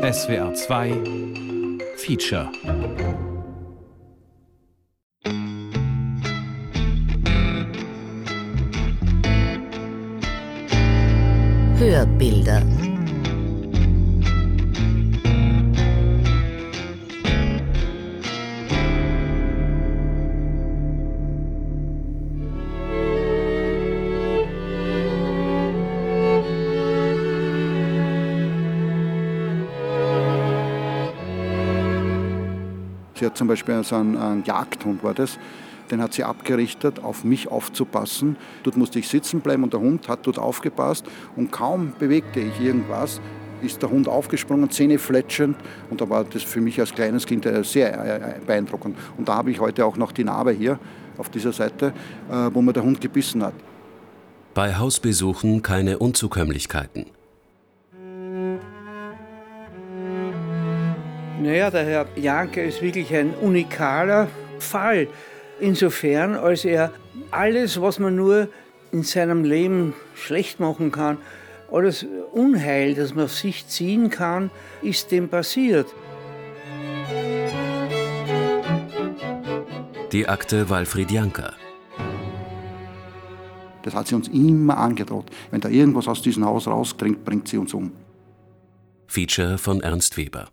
SWR 2 Feature. Hörbilder. Sie hat zum Beispiel so einen Jagdhund, war das. Den hat sie abgerichtet, auf mich aufzupassen. Dort musste ich sitzen bleiben und der Hund hat dort aufgepasst. Und kaum bewegte ich irgendwas, ist der Hund aufgesprungen, zähnefletschend. Und da war das für mich als kleines Kind sehr beeindruckend. Und da habe ich heute auch noch die Narbe hier auf dieser Seite, wo mir der Hund gebissen hat. Bei Hausbesuchen keine Unzukömmlichkeiten. Naja, der Herr Janka ist wirklich ein unikaler Fall. Insofern, als er alles, was man nur in seinem Leben schlecht machen kann, alles Unheil, das man auf sich ziehen kann, ist dem passiert. Die Akte Walfried Janka. Das hat sie uns immer angedroht. Wenn da irgendwas aus diesem Haus rausdringt, bringt sie uns um. Feature von Ernst Weber.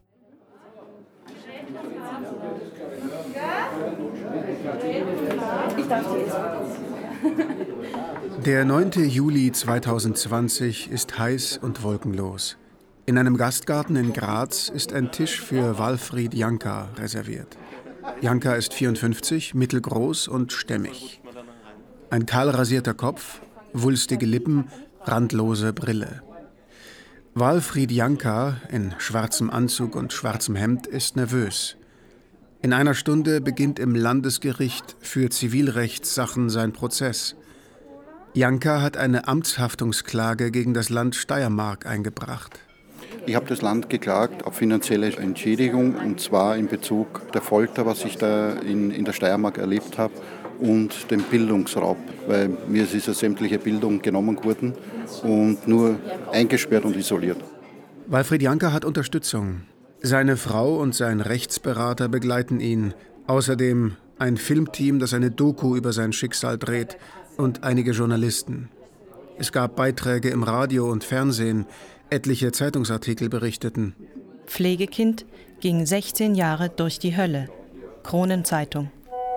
Der 9. Juli 2020 ist heiß und wolkenlos. In einem Gastgarten in Graz ist ein Tisch für Walfried Janka reserviert. Janka ist 54, mittelgroß und stämmig. Ein kahl rasierter Kopf, wulstige Lippen, randlose Brille. Walfried Janka in schwarzem Anzug und schwarzem Hemd ist nervös. In einer Stunde beginnt im Landesgericht für Zivilrechtssachen sein Prozess. Janka hat eine Amtshaftungsklage gegen das Land Steiermark eingebracht. Ich habe das Land geklagt auf finanzielle Entschädigung, und zwar in Bezug der Folter, was ich da in der Steiermark erlebt habe, und den Bildungsraub, weil mir ist ja sämtliche Bildung genommen worden und nur eingesperrt und isoliert. Walfried Janka hat Unterstützung. Seine Frau und sein Rechtsberater begleiten ihn. Außerdem ein Filmteam, das eine Doku über sein Schicksal dreht, und einige Journalisten. Es gab Beiträge im Radio und Fernsehen, etliche Zeitungsartikel berichteten. Pflegekind ging 16 Jahre durch die Hölle. Kronenzeitung.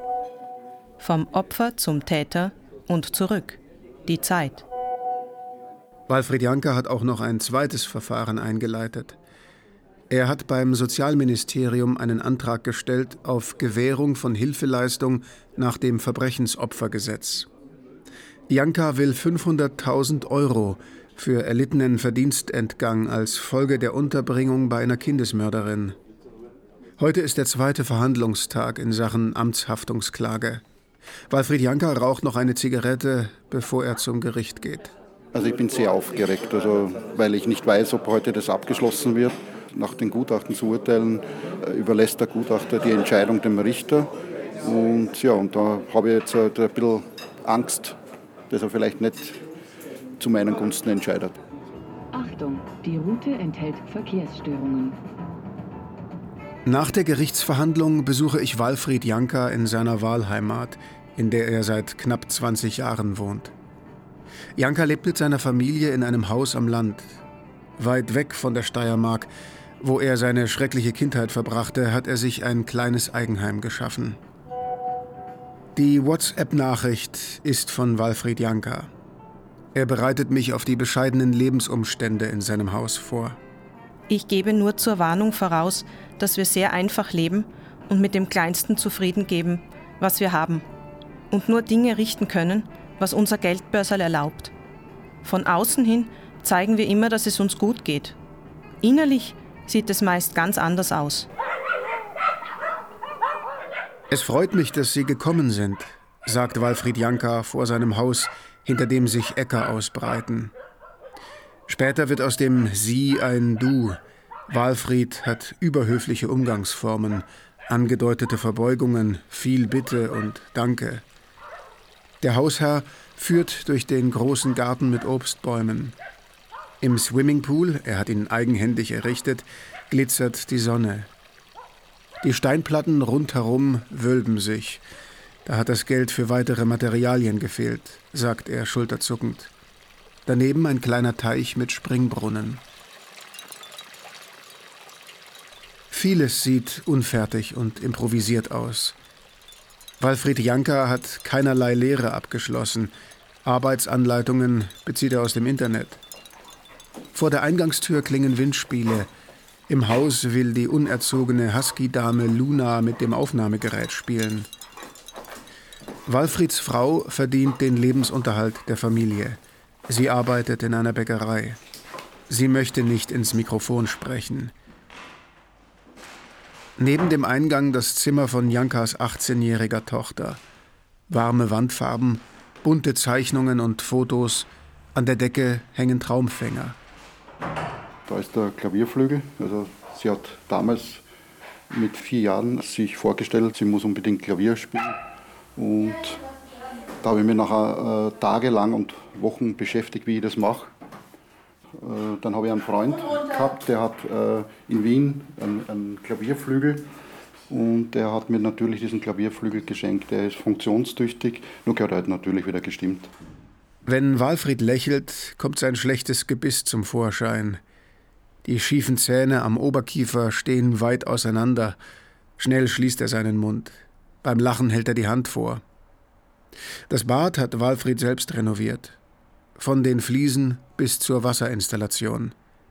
Vom Opfer zum Täter und zurück. Die Zeit. Walfried Janka hat auch noch ein zweites Verfahren eingeleitet. Er hat beim Sozialministerium einen Antrag gestellt auf Gewährung von Hilfeleistung nach dem Verbrechensopfergesetz. Janka will 500.000 € für erlittenen Verdienstentgang als Folge der Unterbringung bei einer Kindesmörderin. Heute ist der zweite Verhandlungstag in Sachen Amtshaftungsklage. Walfried Janka raucht noch eine Zigarette, bevor er zum Gericht geht. Also ich bin sehr aufgeregt, weil ich nicht weiß, ob heute das abgeschlossen wird. Nach den Gutachten zu urteilen, überlässt der Gutachter die Entscheidung dem Richter. Und da habe ich jetzt ein bisschen Angst, dass er vielleicht nicht zu meinen Gunsten entscheidet. Achtung, die Route enthält Verkehrsstörungen. Nach der Gerichtsverhandlung besuche ich Walfried Janka in seiner Wahlheimat, in der er seit knapp 20 Jahren wohnt. Janka lebt mit seiner Familie in einem Haus am Land. Weit weg von der Steiermark, wo er seine schreckliche Kindheit verbrachte, hat er sich ein kleines Eigenheim geschaffen. Die WhatsApp-Nachricht ist von Walfried Janka. Er bereitet mich auf die bescheidenen Lebensumstände in seinem Haus vor. Ich gebe nur zur Warnung voraus, dass wir sehr einfach leben und mit dem Kleinsten zufrieden geben, was wir haben. Und nur Dinge richten können, was unser Geldbörsel erlaubt. Von außen hin zeigen wir immer, dass es uns gut geht. Innerlich sieht es meist ganz anders aus. Es freut mich, dass Sie gekommen sind, sagt Walfried Janka vor seinem Haus, hinter dem sich Äcker ausbreiten. Später wird aus dem Sie ein Du. Walfried hat überhöfliche Umgangsformen, angedeutete Verbeugungen, viel Bitte und Danke. Der Hausherr führt durch den großen Garten mit Obstbäumen. Im Swimmingpool, er hat ihn eigenhändig errichtet, glitzert die Sonne. Die Steinplatten rundherum wölben sich. Da hat das Geld für weitere Materialien gefehlt, sagt er schulterzuckend. Daneben ein kleiner Teich mit Springbrunnen. Vieles sieht unfertig und improvisiert aus. Walfried Janka hat keinerlei Lehre abgeschlossen. Arbeitsanleitungen bezieht er aus dem Internet. Vor der Eingangstür klingen Windspiele. Im Haus will die unerzogene Husky-Dame Luna mit dem Aufnahmegerät spielen. Walfrieds Frau verdient den Lebensunterhalt der Familie. Sie arbeitet in einer Bäckerei. Sie möchte nicht ins Mikrofon sprechen. Neben dem Eingang das Zimmer von Jankas 18-jähriger Tochter. Warme Wandfarben, bunte Zeichnungen und Fotos. An der Decke hängen Traumfänger. Da ist der Klavierflügel. Also sie hat damals mit 4 Jahren sich vorgestellt, sie muss unbedingt Klavier spielen. Und da habe ich mich nachher tagelang und Wochen beschäftigt, wie ich das mache. Dann habe ich einen Freund gehabt, der hat in Wien einen Klavierflügel. Und der hat mir natürlich diesen Klavierflügel geschenkt. Der ist funktionstüchtig, nur gehört halt natürlich wieder gestimmt. Wenn Walfried lächelt, kommt sein schlechtes Gebiss zum Vorschein. Die schiefen Zähne am Oberkiefer stehen weit auseinander. Schnell schließt er seinen Mund. Beim Lachen hält er die Hand vor. Das Bad hat Walfried selbst renoviert. Von den Fliesen bis zur Wasserinstallation.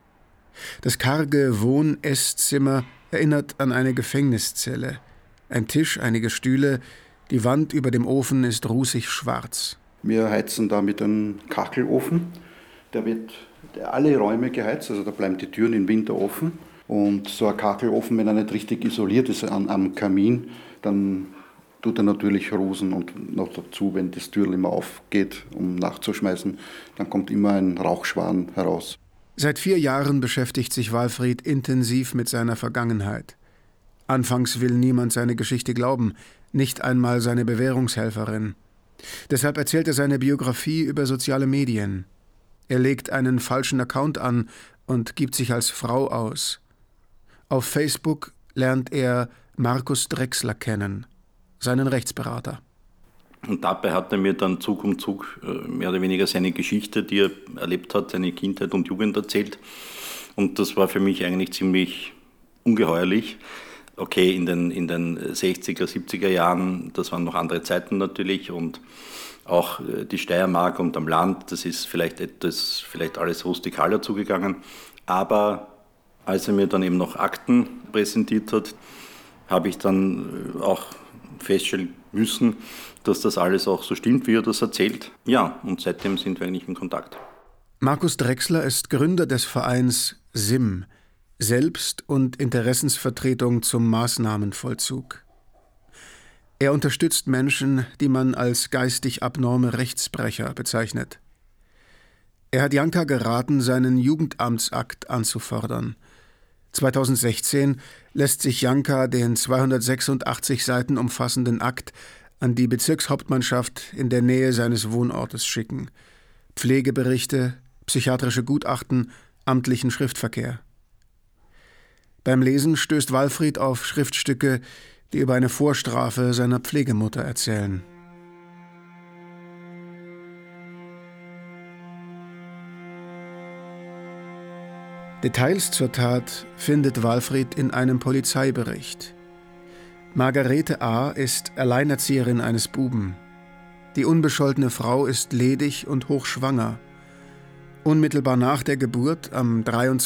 Das karge Wohn-Esszimmer erinnert an eine Gefängniszelle. Ein Tisch, einige Stühle, die Wand über dem Ofen ist rußig schwarz. Wir heizen da mit einem Kachelofen. Der wird alle Räume geheizt, also da bleiben die Türen im Winter offen. Und so ein Kachelofen, wenn er nicht richtig isoliert ist am Kamin, dann tut er natürlich rußen. Und noch dazu, wenn das Türl immer aufgeht, um nachzuschmeißen, dann kommt immer ein Rauchschwan heraus. Seit 4 Jahren beschäftigt sich Walfried intensiv mit seiner Vergangenheit. Anfangs will niemand seine Geschichte glauben, nicht einmal seine Bewährungshelferin. Deshalb erzählt er seine Biografie über soziale Medien. Er legt einen falschen Account an und gibt sich als Frau aus. Auf Facebook lernt er Markus Drechsler kennen, seinen Rechtsberater. Und dabei hat er mir dann Zug um Zug mehr oder weniger seine Geschichte, die er erlebt hat, seine Kindheit und Jugend erzählt. Und das war für mich eigentlich ziemlich ungeheuerlich. Okay, in den 60er, 70er Jahren, das waren noch andere Zeiten natürlich, und auch die Steiermark und am Land, das ist vielleicht alles rustikaler zugegangen. Aber als er mir dann eben noch Akten präsentiert hat, habe ich dann auch feststellen müssen, dass das alles auch so stimmt, wie er das erzählt. Ja, und seitdem sind wir eigentlich in Kontakt. Markus Drechsler ist Gründer des Vereins SIM, Selbst- und Interessensvertretung zum Maßnahmenvollzug. Er unterstützt Menschen, die man als geistig abnorme Rechtsbrecher bezeichnet. Er hat Janka geraten, seinen Jugendamtsakt anzufordern. 2016 lässt sich Janka den 286 Seiten umfassenden Akt an die Bezirkshauptmannschaft in der Nähe seines Wohnortes schicken. Pflegeberichte, psychiatrische Gutachten, amtlichen Schriftverkehr. Beim Lesen stößt Walfried auf Schriftstücke, die über eine Vorstrafe seiner Pflegemutter erzählen. Details zur Tat findet Walfried in einem Polizeibericht. Margarete A. ist Alleinerzieherin eines Buben. Die unbescholtene Frau ist ledig und hochschwanger. Unmittelbar nach der Geburt, am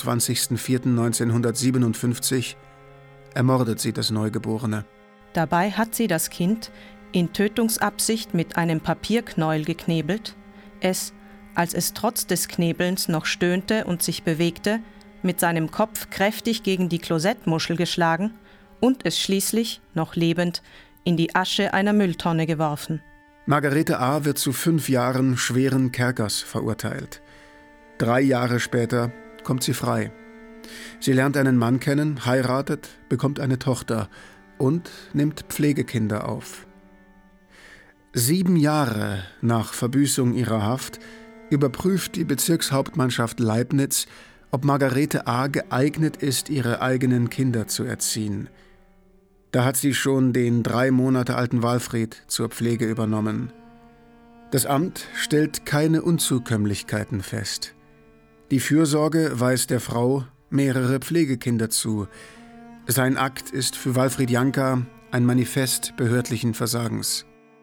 23.04.1957, ermordet sie das Neugeborene. Dabei hat sie das Kind in Tötungsabsicht mit einem Papierknäuel geknebelt, es, als es trotz des Knebelns noch stöhnte und sich bewegte, mit seinem Kopf kräftig gegen die Klosettmuschel geschlagen und es schließlich, noch lebend, in die Asche einer Mülltonne geworfen. Margarete A. wird zu 5 Jahren schweren Kerkers verurteilt. 3 Jahre später kommt sie frei. Sie lernt einen Mann kennen, heiratet, bekommt eine Tochter und nimmt Pflegekinder auf. 7 Jahre nach Verbüßung ihrer Haft überprüft die Bezirkshauptmannschaft Leibniz, ob Margarete A. geeignet ist, ihre eigenen Kinder zu erziehen. Da hat sie schon den 3 Monate alten Walfried zur Pflege übernommen. Das Amt stellt keine Unzukömmlichkeiten fest. Die Fürsorge weist der Frau mehrere Pflegekinder zu. Sein Akt ist für Walfried Janka ein Manifest behördlichen Versagens.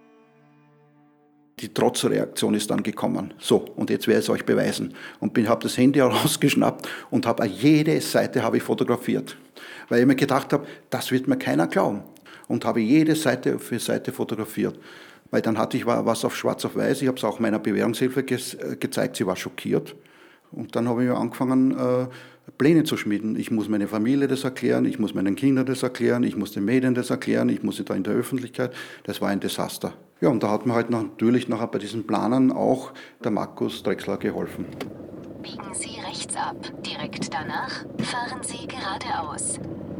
Die Trotzreaktion ist dann gekommen. So, und jetzt werde ich es euch beweisen. Und habe das Handy herausgeschnappt und habe jede Seite fotografiert. Weil ich mir gedacht habe, das wird mir keiner glauben. Und habe jede Seite für Seite fotografiert. Weil dann hatte ich was auf schwarz auf weiß. Ich habe es auch meiner Bewährungshilfe gezeigt. Sie war schockiert. Und dann habe ich angefangen, Pläne zu schmieden. Ich muss meiner Familie das erklären, ich muss meinen Kindern das erklären, ich muss den Medien das erklären, ich muss da in der Öffentlichkeit. Das war ein Desaster. Ja, und da hat mir halt natürlich nachher bei diesen Planern auch der Markus Drechsler geholfen. Biegen Sie rechts ab. Direkt danach fahren Sie geradeaus.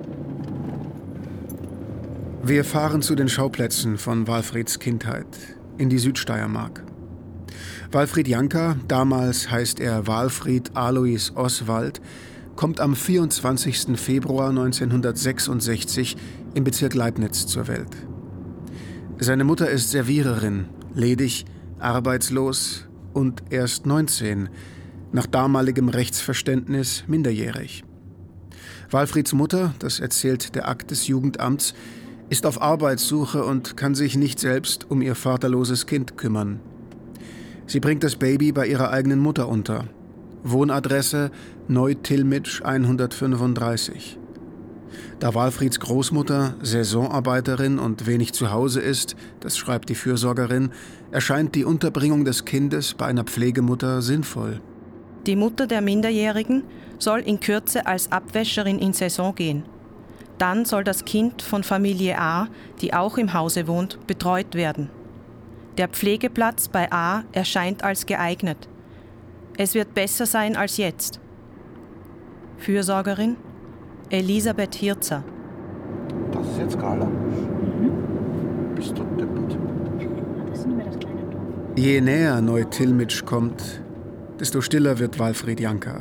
Wir fahren zu den Schauplätzen von Walfrieds Kindheit, in die Südsteiermark. Walfried Janka, damals heißt er Walfried Alois Oswald, kommt am 24. Februar 1966 im Bezirk Leibniz zur Welt. Seine Mutter ist Serviererin, ledig, arbeitslos und erst 19, nach damaligem Rechtsverständnis minderjährig. Walfrieds Mutter, das erzählt der Akt des Jugendamts, ist auf Arbeitssuche und kann sich nicht selbst um ihr vaterloses Kind kümmern. Sie bringt das Baby bei ihrer eigenen Mutter unter. Wohnadresse Neu-Tillmitsch 135. Da Walfrieds Großmutter Saisonarbeiterin und wenig zu Hause ist, das schreibt die Fürsorgerin, erscheint die Unterbringung des Kindes bei einer Pflegemutter sinnvoll. Die Mutter der Minderjährigen soll in Kürze als Abwäscherin in Saison gehen. Dann soll das Kind von Familie A, die auch im Hause wohnt, betreut werden. Der Pflegeplatz bei A erscheint als geeignet. Es wird besser sein als jetzt. Fürsorgerin Elisabeth Hirzer. Das ist jetzt Carla. Bist du deppert? Das ist nicht mehr das kleine Dorf. Je näher Neu-Tillmitsch kommt, desto stiller wird Walfried Janka.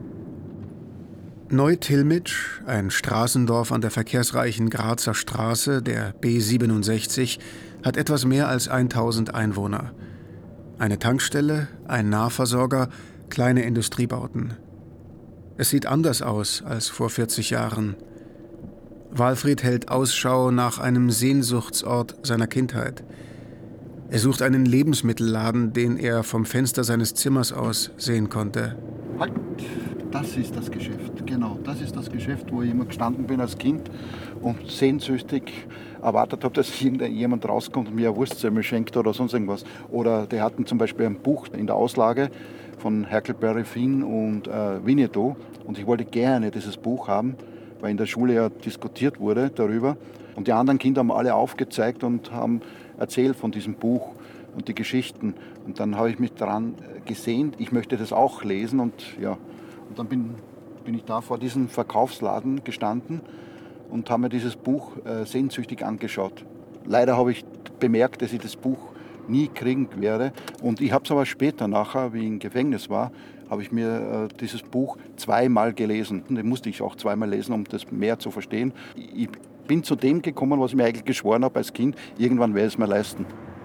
Neu-Tillmitsch, ein Straßendorf an der verkehrsreichen Grazer Straße, der B67, hat etwas mehr als 1000 Einwohner. Eine Tankstelle, ein Nahversorger, kleine Industriebauten. Es sieht anders aus als vor 40 Jahren. Walfried hält Ausschau nach einem Sehnsuchtsort seiner Kindheit. Er sucht einen Lebensmittelladen, den er vom Fenster seines Zimmers aus sehen konnte. Halt, das ist das Geschäft, genau. Das ist das Geschäft, wo ich immer gestanden bin als Kind und sehnsüchtig erwartet habe, dass jemand rauskommt und mir eine Wurstsemmel schenkt oder sonst irgendwas. Oder die hatten zum Beispiel ein Buch in der Auslage von Huckleberry Finn und Winnetou. Und ich wollte gerne dieses Buch haben, weil in der Schule ja diskutiert wurde darüber. Und die anderen Kinder haben alle aufgezeigt und haben erzählt von diesem Buch und die Geschichten. Und dann habe ich mich daran gesehnt, ich möchte das auch lesen. Und dann bin ich da vor diesem Verkaufsladen gestanden und habe mir dieses Buch sehnsüchtig angeschaut. Leider habe ich bemerkt, dass ich das Buch nie kriegen werde. Und ich habe es aber später, nachher, wie ich im Gefängnis war, habe ich mir dieses Buch 2-mal gelesen. Das musste ich auch 2-mal lesen, um das mehr zu verstehen. Ich bin zu dem gekommen, was ich mir eigentlich geschworen habe als Kind, irgendwann werde ich es mir leisten.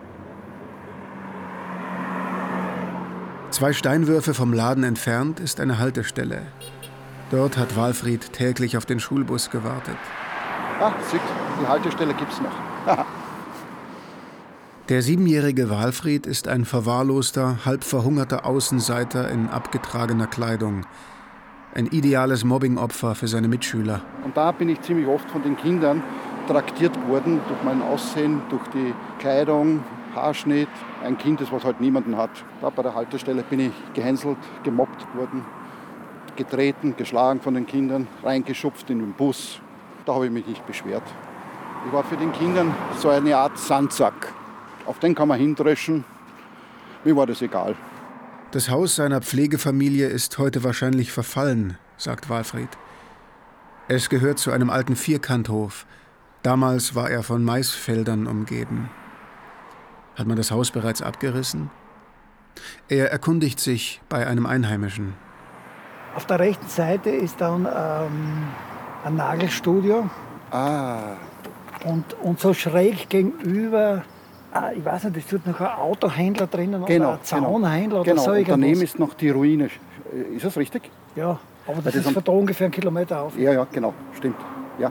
2 Steinwürfe vom Laden entfernt ist eine Haltestelle. Dort hat Walfried täglich auf den Schulbus gewartet. Sieh, die Haltestelle gibt's noch. Der 7-jährige Walfried ist ein verwahrloster, halb verhungerter Außenseiter in abgetragener Kleidung. Ein ideales Mobbingopfer für seine Mitschüler. Und da bin ich ziemlich oft von den Kindern traktiert worden, durch mein Aussehen, durch die Kleidung, Haarschnitt. Ein Kind, das was halt niemanden hat. Da bei der Haltestelle bin ich gehänselt, gemobbt worden, getreten, geschlagen von den Kindern, reingeschupft in den Bus. Da habe ich mich nicht beschwert. Ich war für den Kindern so eine Art Sandsack. Auf den kann man hindreschen. Mir war das egal. Das Haus seiner Pflegefamilie ist heute wahrscheinlich verfallen, sagt Walfried. Es gehört zu einem alten Vierkanthof. Damals war er von Maisfeldern umgeben. Hat man das Haus bereits abgerissen? Er erkundigt sich bei einem Einheimischen. Auf der rechten Seite ist dann ein Nagelstudio. Ah. Und so schräg gegenüber, ich weiß nicht, es tut noch ein Autohändler drinnen oder ein Zaunhändler oder so. Und daneben ist noch die Ruine. Ist das richtig? Ja, aber das ist von da ungefähr 1 Kilometer auf. Ja, genau, stimmt. Ja.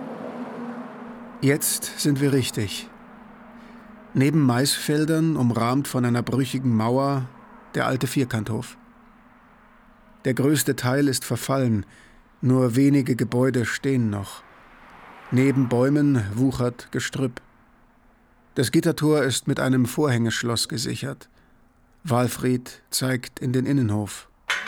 Jetzt sind wir richtig. Neben Maisfeldern, umrahmt von einer brüchigen Mauer, der alte Vierkanthof. Der größte Teil ist verfallen, nur wenige Gebäude stehen noch. Neben Bäumen wuchert Gestrüpp. Das Gittertor ist mit einem Vorhängeschloss gesichert. Walfried zeigt in den Innenhof.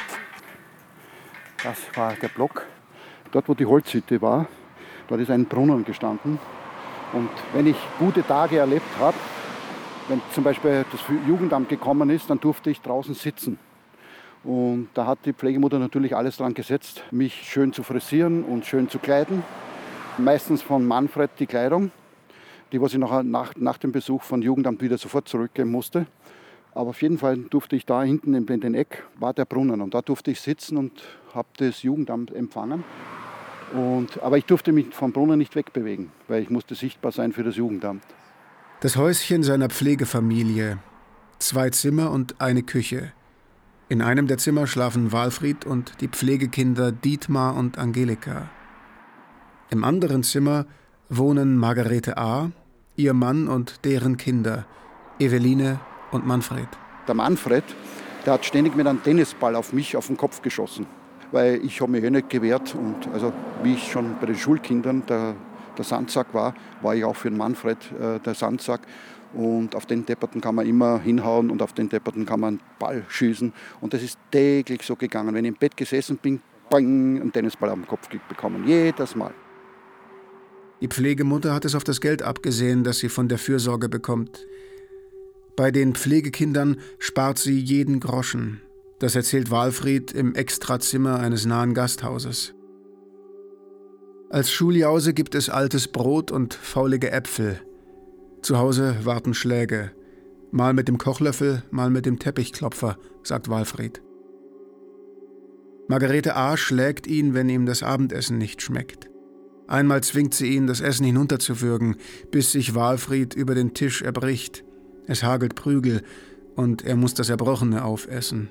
Das war der Block. Dort, wo die Holzhütte war, dort ist ein Brunnen gestanden. Und wenn ich gute Tage erlebt habe, wenn zum Beispiel das Jugendamt gekommen ist, dann durfte ich draußen sitzen. Und da hat die Pflegemutter natürlich alles dran gesetzt, mich schön zu frisieren und schön zu kleiden. Meistens von Manfred die Kleidung, die was ich nach dem Besuch von Jugendamt wieder sofort zurückgeben musste. Aber auf jeden Fall durfte ich da hinten in den Eck, war der Brunnen. Und da durfte ich sitzen und habe das Jugendamt empfangen. Aber ich durfte mich vom Brunnen nicht wegbewegen, weil ich musste sichtbar sein für das Jugendamt. Das Häuschen seiner Pflegefamilie. 2 Zimmer und eine Küche. In einem der Zimmer schlafen Walfried und die Pflegekinder Dietmar und Angelika. Im anderen Zimmer wohnen Margarete A., ihr Mann und deren Kinder, Eveline und Manfred. Der Manfred, der hat ständig mit einem Tennisball auf mich auf den Kopf geschossen. Weil ich habe mich nicht gewehrt. Und also, wie ich schon bei den Schulkindern der Sandsack war ich auch für den Manfred der Sandsack. Und auf den Depperten kann man immer hinhauen und auf den Depperten kann man einen Ball schießen. Und das ist täglich so gegangen. Wenn ich im Bett gesessen bin, bang, einen Tennisball auf den Kopf bekommen. Jedes Mal. Die Pflegemutter hat es auf das Geld abgesehen, das sie von der Fürsorge bekommt. Bei den Pflegekindern spart sie jeden Groschen. Das erzählt Walfried im Extrazimmer eines nahen Gasthauses. Als Schuljause gibt es altes Brot und faulige Äpfel. Zu Hause warten Schläge. Mal mit dem Kochlöffel, mal mit dem Teppichklopfer, sagt Walfried. Margarete A. schlägt ihn, wenn ihm das Abendessen nicht schmeckt. Einmal zwingt sie ihn, das Essen hinunterzuwürgen, bis sich Walfried über den Tisch erbricht. Es hagelt Prügel und er muss das Erbrochene aufessen.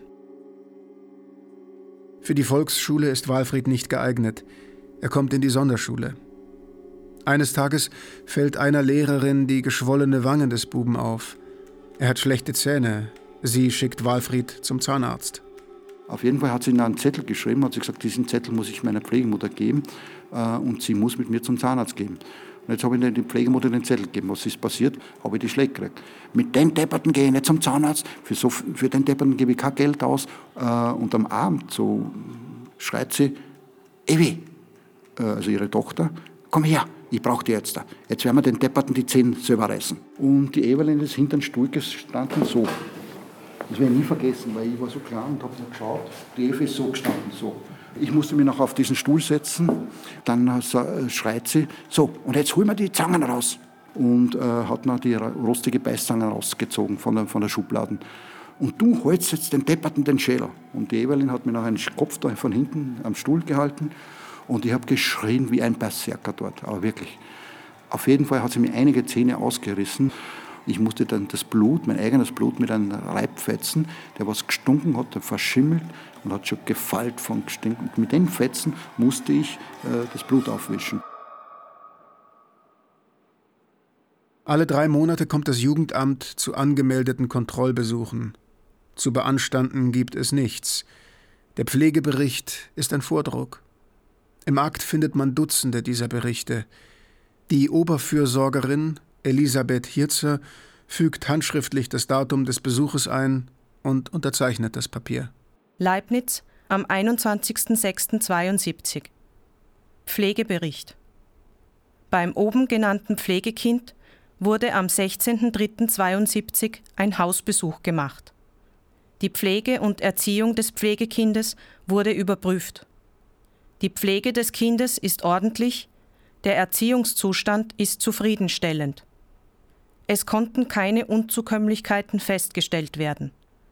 Für die Volksschule ist Walfried nicht geeignet. Er kommt in die Sonderschule. Eines Tages fällt einer Lehrerin die geschwollene Wange des Buben auf. Er hat schlechte Zähne. Sie schickt Walfried zum Zahnarzt. Auf jeden Fall hat sie einen Zettel geschrieben, hat sie gesagt, diesen Zettel muss ich meiner Pflegemutter geben und sie muss mit mir zum Zahnarzt gehen. Und jetzt habe ich der Pflegemutter den Zettel gegeben. Was ist passiert? Habe ich die Schläge gekriegt. Mit den Depperten gehe ich nicht zum Zahnarzt, für den Depperten gebe ich kein Geld aus. Und am Abend so schreit sie, Evi, also ihre Tochter, komm her, ich brauche die jetzt da. Jetzt werden wir den Depperten die Zähne selber reißen. Und die Evelyn ist hinter dem Stuhl gestanden, so. Das werde ich nie vergessen, weil ich war so klein und habe nicht geschaut. Die Eva ist so gestanden, so. Ich musste mich noch auf diesen Stuhl setzen. Dann schreit sie, so, und jetzt holen wir die Zangen raus. Und hat noch die rostige Beißzange rausgezogen von der Schublade. Und du holst jetzt den Depperten den Schäler. Und die Evelyn hat mir noch einen Kopf da von hinten am Stuhl gehalten. Und ich habe geschrien wie ein Berserker dort, aber wirklich. Auf jeden Fall hat sie mir einige Zähne ausgerissen. Ich musste dann das Blut, mein eigenes Blut, mit einem Reibfetzen, der was gestunken hat, der verschimmelt und hat schon gefallt von gestunken. Und mit den Fetzen musste ich das Blut aufwischen. Alle 3 Monate kommt das Jugendamt zu angemeldeten Kontrollbesuchen. Zu beanstanden gibt es nichts. Der Pflegebericht ist ein Vordruck. Im Akt findet man Dutzende dieser Berichte. Die Oberfürsorgerin Elisabeth Hirzer fügt handschriftlich das Datum des Besuches ein und unterzeichnet das Papier. Leibniz am 21.06.72. Pflegebericht. Beim oben genannten Pflegekind wurde am 16.03.72 ein Hausbesuch gemacht. Die Pflege und Erziehung des Pflegekindes wurde überprüft. Die Pflege des Kindes ist ordentlich, der Erziehungszustand ist zufriedenstellend. Es konnten keine Unzukömmlichkeiten festgestellt werden.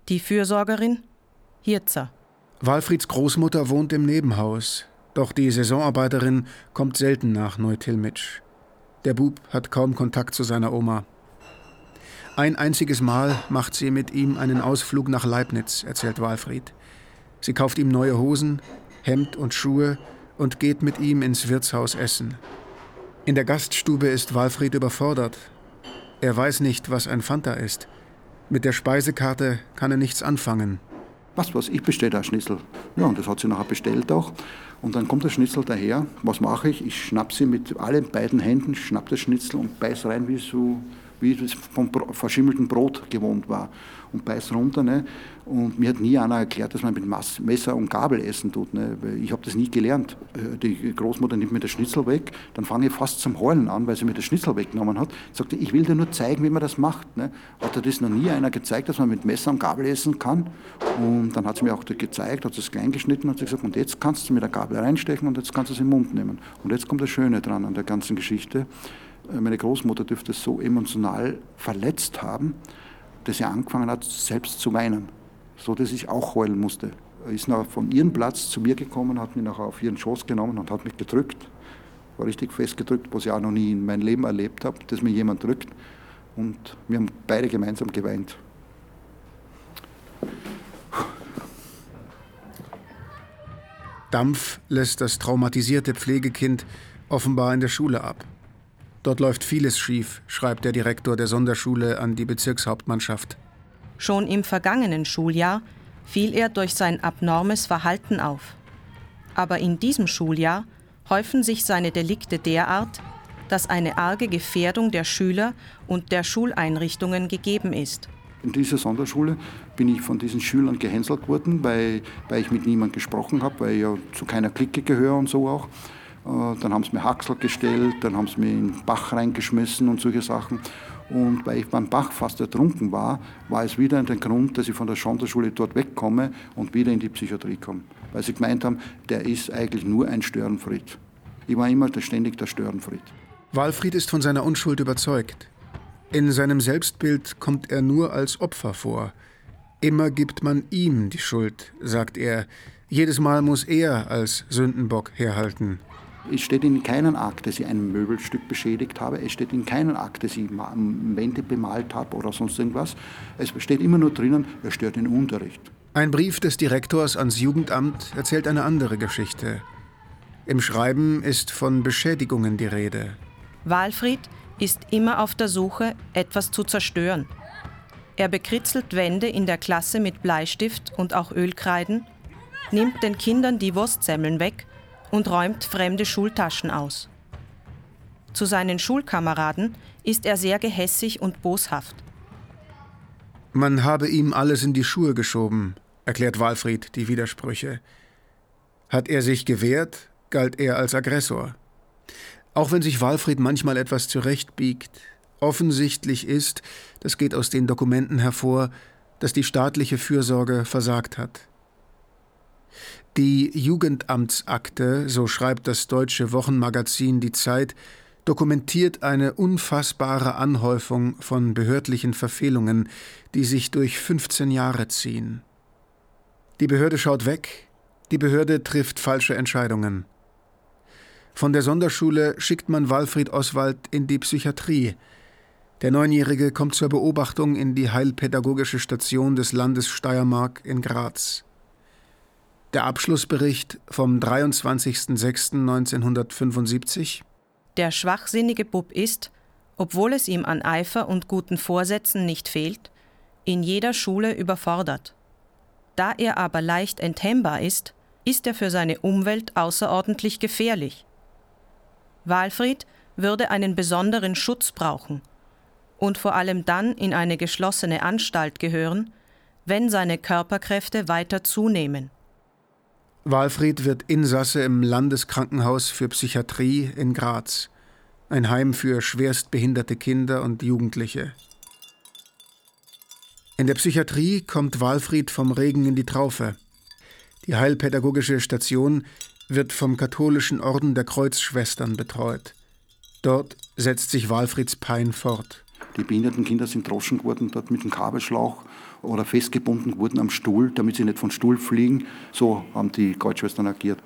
Die Fürsorgerin? Hirzer. Walfrieds Großmutter wohnt im Nebenhaus, doch die Saisonarbeiterin kommt selten nach Neutilmitsch. Der Bub hat kaum Kontakt zu seiner Oma. Ein einziges Mal macht sie mit ihm einen Ausflug nach Leibniz, erzählt Walfried. Sie kauft ihm neue Hosen, Hemd und Schuhe und geht mit ihm ins Wirtshaus essen. In der Gaststube ist Walfried überfordert. Er weiß nicht, was ein Fanta ist. Mit der Speisekarte kann er nichts anfangen. Was, ich bestelle da Schnitzel. Ja, und das hat sie nachher bestellt auch. Und dann kommt der Schnitzel daher. Was mache ich? Ich schnapp sie mit allen beiden Händen, schnapp das Schnitzel und beiß rein, wie es vom verschimmelten Brot gewohnt war. Und beiß runter. Ne? Und mir hat nie einer erklärt, dass man mit Messer und Gabel essen tut. Ne? Ich habe das nie gelernt. Die Großmutter nimmt mir das Schnitzel weg, dann fange ich fast zum Heulen an, weil sie mir das Schnitzel weggenommen hat. Sagte, ich will dir nur zeigen, wie man das macht. Ne? Hat dir das noch nie einer gezeigt, dass man mit Messer und Gabel essen kann? Und dann hat sie mir auch das gezeigt, hat es klein geschnitten und hat gesagt, und jetzt kannst du mit der Gabel reinstechen und jetzt kannst du es im Mund nehmen. Und jetzt kommt das Schöne dran an der ganzen Geschichte. Meine Großmutter dürfte es so emotional verletzt haben, dass sie angefangen hat, selbst zu weinen. So, dass ich auch heulen musste. Er ist nachher von ihrem Platz zu mir gekommen, hat mich nachher auf ihren Schoß genommen und hat mich gedrückt. War richtig festgedrückt, was ich auch noch nie in meinem Leben erlebt habe, dass mir jemand drückt. Und wir haben beide gemeinsam geweint. Dampf lässt das traumatisierte Pflegekind offenbar in der Schule ab. Dort läuft vieles schief, schreibt der Direktor der Sonderschule an die Bezirkshauptmannschaft. Schon im vergangenen Schuljahr fiel er durch sein abnormes Verhalten auf. Aber in diesem Schuljahr häufen sich seine Delikte derart, dass eine arge Gefährdung der Schüler und der Schuleinrichtungen gegeben ist. In dieser Sonderschule bin ich von diesen Schülern gehänselt worden, weil ich mit niemandem gesprochen habe, weil ich ja zu keiner Clique gehöre und so auch. Dann haben sie mir Haxel gestellt, dann haben sie mir in den Bach reingeschmissen und solche Sachen. Und weil ich beim Bach fast ertrunken war, war es wieder der Grund, dass ich von der Sonderschule dort wegkomme und wieder in die Psychiatrie komme. Weil sie gemeint haben, der ist eigentlich nur ein Störenfried. Ich war immer ständig der Störenfried. Walfried ist von seiner Unschuld überzeugt. In seinem Selbstbild kommt er nur als Opfer vor. Immer gibt man ihm die Schuld, sagt er. Jedes Mal muss er als Sündenbock herhalten. Es steht in keinem Akt, dass ich ein Möbelstück beschädigt habe. Es steht in keinem Akt, dass ich Wände bemalt habe oder sonst irgendwas. Es steht immer nur drinnen, er stört den Unterricht. Ein Brief des Direktors ans Jugendamt erzählt eine andere Geschichte. Im Schreiben ist von Beschädigungen die Rede. Walfried ist immer auf der Suche, etwas zu zerstören. Er bekritzelt Wände in der Klasse mit Bleistift und auch Ölkreiden, nimmt den Kindern die Wurstsemmeln weg und räumt fremde Schultaschen aus. Zu seinen Schulkameraden ist er sehr gehässig und boshaft. Man habe ihm alles in die Schuhe geschoben, erklärt Walfried die Widersprüche. Hat er sich gewehrt, galt er als Aggressor. Auch wenn sich Walfried manchmal etwas zurechtbiegt, offensichtlich ist, das geht aus den Dokumenten hervor, dass die staatliche Fürsorge versagt hat. Die Jugendamtsakte, so schreibt das deutsche Wochenmagazin Die Zeit, dokumentiert eine unfassbare Anhäufung von behördlichen Verfehlungen, die sich durch 15 Jahre ziehen. Die Behörde schaut weg, die Behörde trifft falsche Entscheidungen. Von der Sonderschule schickt man Walfried Oswald in die Psychiatrie. Der Neunjährige kommt zur Beobachtung in die Heilpädagogische Station des Landes Steiermark in Graz. Der Abschlussbericht vom 23.06.1975. Der schwachsinnige Bub ist, obwohl es ihm an Eifer und guten Vorsätzen nicht fehlt, in jeder Schule überfordert. Da er aber leicht enthemmbar ist er für seine Umwelt außerordentlich gefährlich. Walfried würde einen besonderen Schutz brauchen und vor allem dann in eine geschlossene Anstalt gehören, wenn seine Körperkräfte weiter zunehmen. Walfried wird Insasse im Landeskrankenhaus für Psychiatrie in Graz, ein Heim für schwerstbehinderte Kinder und Jugendliche. In der Psychiatrie kommt Walfried vom Regen in die Traufe. Die Heilpädagogische Station wird vom katholischen Orden der Kreuzschwestern betreut. Dort setzt sich Walfrieds Pein fort. Die behinderten Kinder sind droschen geworden, dort mit dem Kabelschlauch. oder festgebunden wurden am Stuhl, damit sie nicht vom Stuhl fliegen. So haben die Kreuzschwestern agiert.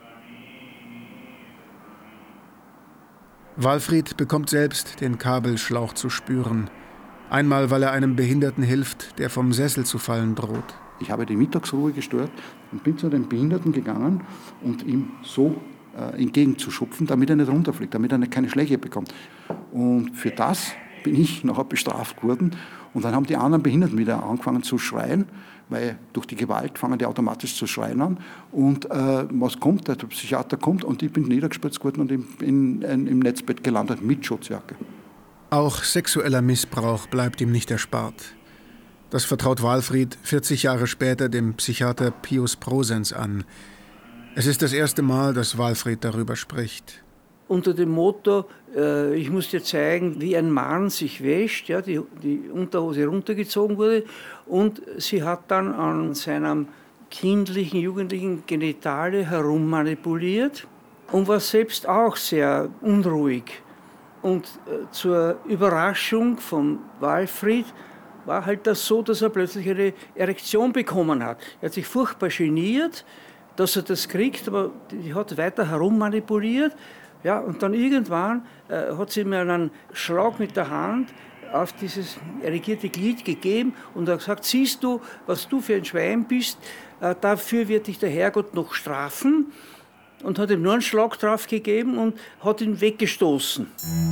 Walfried bekommt selbst den Kabelschlauch zu spüren. Einmal, weil er einem Behinderten hilft, der vom Sessel zu fallen droht. Ich habe die Mittagsruhe gestört und bin zu dem Behinderten gegangen und ihm so entgegenzuschupfen, damit er nicht runterfliegt, damit er keine Schläge bekommt. Und für das bin ich nachher bestraft worden. Und dann haben die anderen Behinderten wieder angefangen zu schreien, weil durch die Gewalt fangen die automatisch zu schreien an. Und was kommt? Der Psychiater kommt und ich bin niedergespritzt worden und im Netzbett gelandet mit Schutzjacke. Auch sexueller Missbrauch bleibt ihm nicht erspart. Das vertraut Walfried 40 Jahre später dem Psychiater Pius Prosens an. Es ist das erste Mal, dass Walfried darüber spricht. Unter dem Motto, ich muss dir zeigen, wie ein Mann sich wäscht, ja, die Unterhose runtergezogen wurde und sie hat dann an seinem kindlichen, jugendlichen Genitale herummanipuliert und war selbst auch sehr unruhig. Und zur Überraschung von Walfried war halt das so, dass er plötzlich eine Erektion bekommen hat. Er hat sich furchtbar geniert, dass er das kriegt, aber die hat weiter herummanipuliert. Ja, und dann irgendwann hat sie mir einen Schlag mit der Hand auf dieses erigierte Glied gegeben und hat gesagt, siehst du, was du für ein Schwein bist, dafür wird dich der Herrgott noch strafen. Und hat ihm nur einen Schlag drauf gegeben und hat ihn weggestoßen.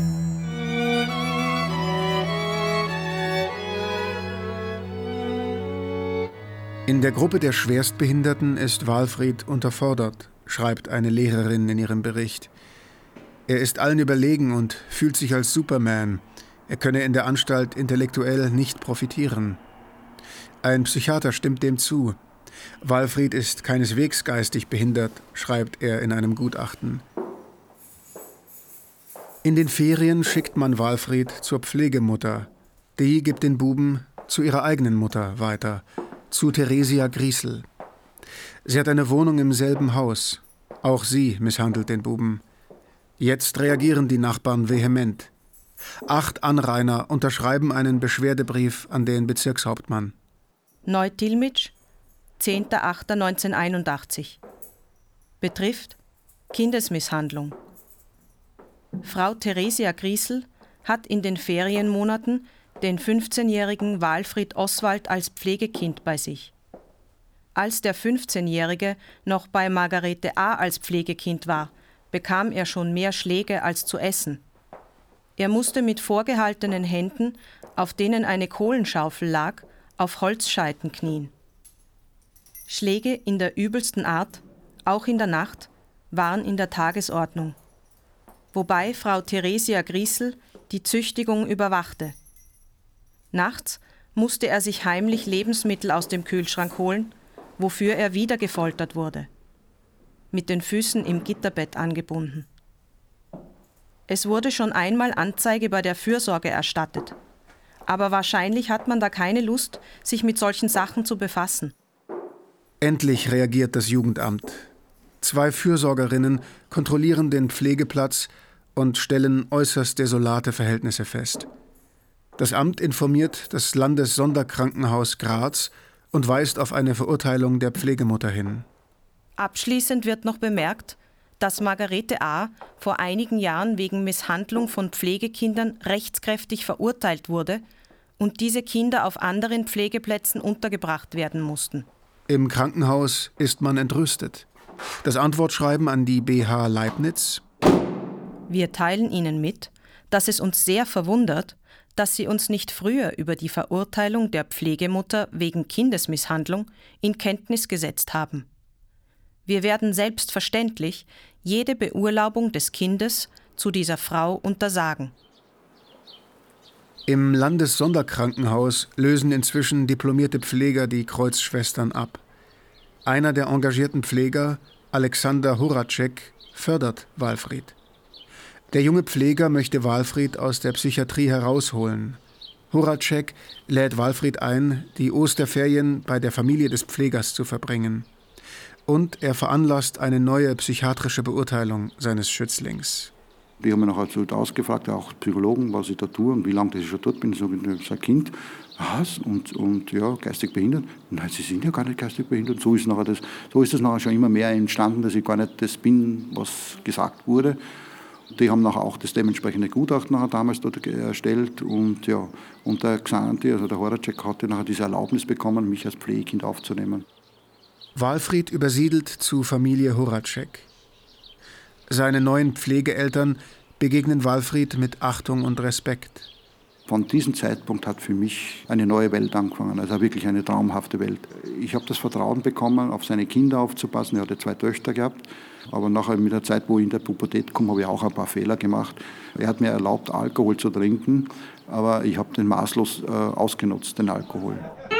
In der Gruppe der Schwerstbehinderten ist Walfried unterfordert, schreibt eine Lehrerin in ihrem Bericht. Er ist allen überlegen und fühlt sich als Superman. Er könne in der Anstalt intellektuell nicht profitieren. Ein Psychiater stimmt dem zu. Walfried ist keineswegs geistig behindert, schreibt er in einem Gutachten. In den Ferien schickt man Walfried zur Pflegemutter. Die gibt den Buben zu ihrer eigenen Mutter weiter, zu Theresia Griesel. Sie hat eine Wohnung im selben Haus. Auch sie misshandelt den Buben. Jetzt reagieren die Nachbarn vehement. 8 Anrainer unterschreiben einen Beschwerdebrief an den Bezirkshauptmann. Neu-Dillmitsch, 10.08.1981. Betrifft Kindesmisshandlung. Frau Theresia Griesel hat in den Ferienmonaten den 15-jährigen Walfried Oswald als Pflegekind bei sich. Als der 15-jährige noch bei Margarete A. als Pflegekind war, bekam er schon mehr Schläge als zu essen. Er musste mit vorgehaltenen Händen, auf denen eine Kohlenschaufel lag, auf Holzscheiten knien. Schläge in der übelsten Art, auch in der Nacht, waren in der Tagesordnung. Wobei Frau Theresia Griesel die Züchtigung überwachte. Nachts musste er sich heimlich Lebensmittel aus dem Kühlschrank holen, wofür er wieder gefoltert wurde. Mit den Füßen im Gitterbett angebunden. Es wurde schon einmal Anzeige bei der Fürsorge erstattet. Aber wahrscheinlich hat man da keine Lust, sich mit solchen Sachen zu befassen. Endlich reagiert das Jugendamt. 2 Fürsorgerinnen kontrollieren den Pflegeplatz und stellen äußerst desolate Verhältnisse fest. Das Amt informiert das Landessonderkrankenhaus Graz und weist auf eine Verurteilung der Pflegemutter hin. Abschließend wird noch bemerkt, dass Margarete A. vor einigen Jahren wegen Misshandlung von Pflegekindern rechtskräftig verurteilt wurde und diese Kinder auf anderen Pflegeplätzen untergebracht werden mussten. Im Krankenhaus ist man entrüstet. Das Antwortschreiben an die BH Leibniz: Wir teilen Ihnen mit, dass es uns sehr verwundert, dass Sie uns nicht früher über die Verurteilung der Pflegemutter wegen Kindesmisshandlung in Kenntnis gesetzt haben. Wir werden selbstverständlich jede Beurlaubung des Kindes zu dieser Frau untersagen. Im Landessonderkrankenhaus lösen inzwischen diplomierte Pfleger die Kreuzschwestern ab. Einer der engagierten Pfleger, Alexander Horacek, fördert Walfried. Der junge Pfleger möchte Walfried aus der Psychiatrie herausholen. Horacek lädt Walfried ein, die Osterferien bei der Familie des Pflegers zu verbringen. Und er veranlasst eine neue psychiatrische Beurteilung seines Schützlings. Die haben mich nachher so ausgefragt, auch Psychologen, was ich da tue und wie lange ich schon dort bin. So ein Kind. Was? Und ja, geistig behindert? Nein, Sie sind ja gar nicht geistig behindert. So ist das nachher schon immer mehr entstanden, dass ich gar nicht das bin, was gesagt wurde. Die haben nachher auch das dementsprechende Gutachten nachher damals dort erstellt. Und ja, und der Xanthi, also der Horacek, hatte nachher diese Erlaubnis bekommen, mich als Pflegekind aufzunehmen. Walfried übersiedelt zu Familie Horacek. Seine neuen Pflegeeltern begegnen Walfried mit Achtung und Respekt. Von diesem Zeitpunkt hat für mich eine neue Welt angefangen, also wirklich eine traumhafte Welt. Ich habe das Vertrauen bekommen, auf seine Kinder aufzupassen. Er hatte 2 Töchter gehabt, aber nachher mit der Zeit, wo ich in der Pubertät komme, habe ich auch ein paar Fehler gemacht. Er hat mir erlaubt, Alkohol zu trinken, aber ich habe den maßlos ausgenutzt, den Alkohol.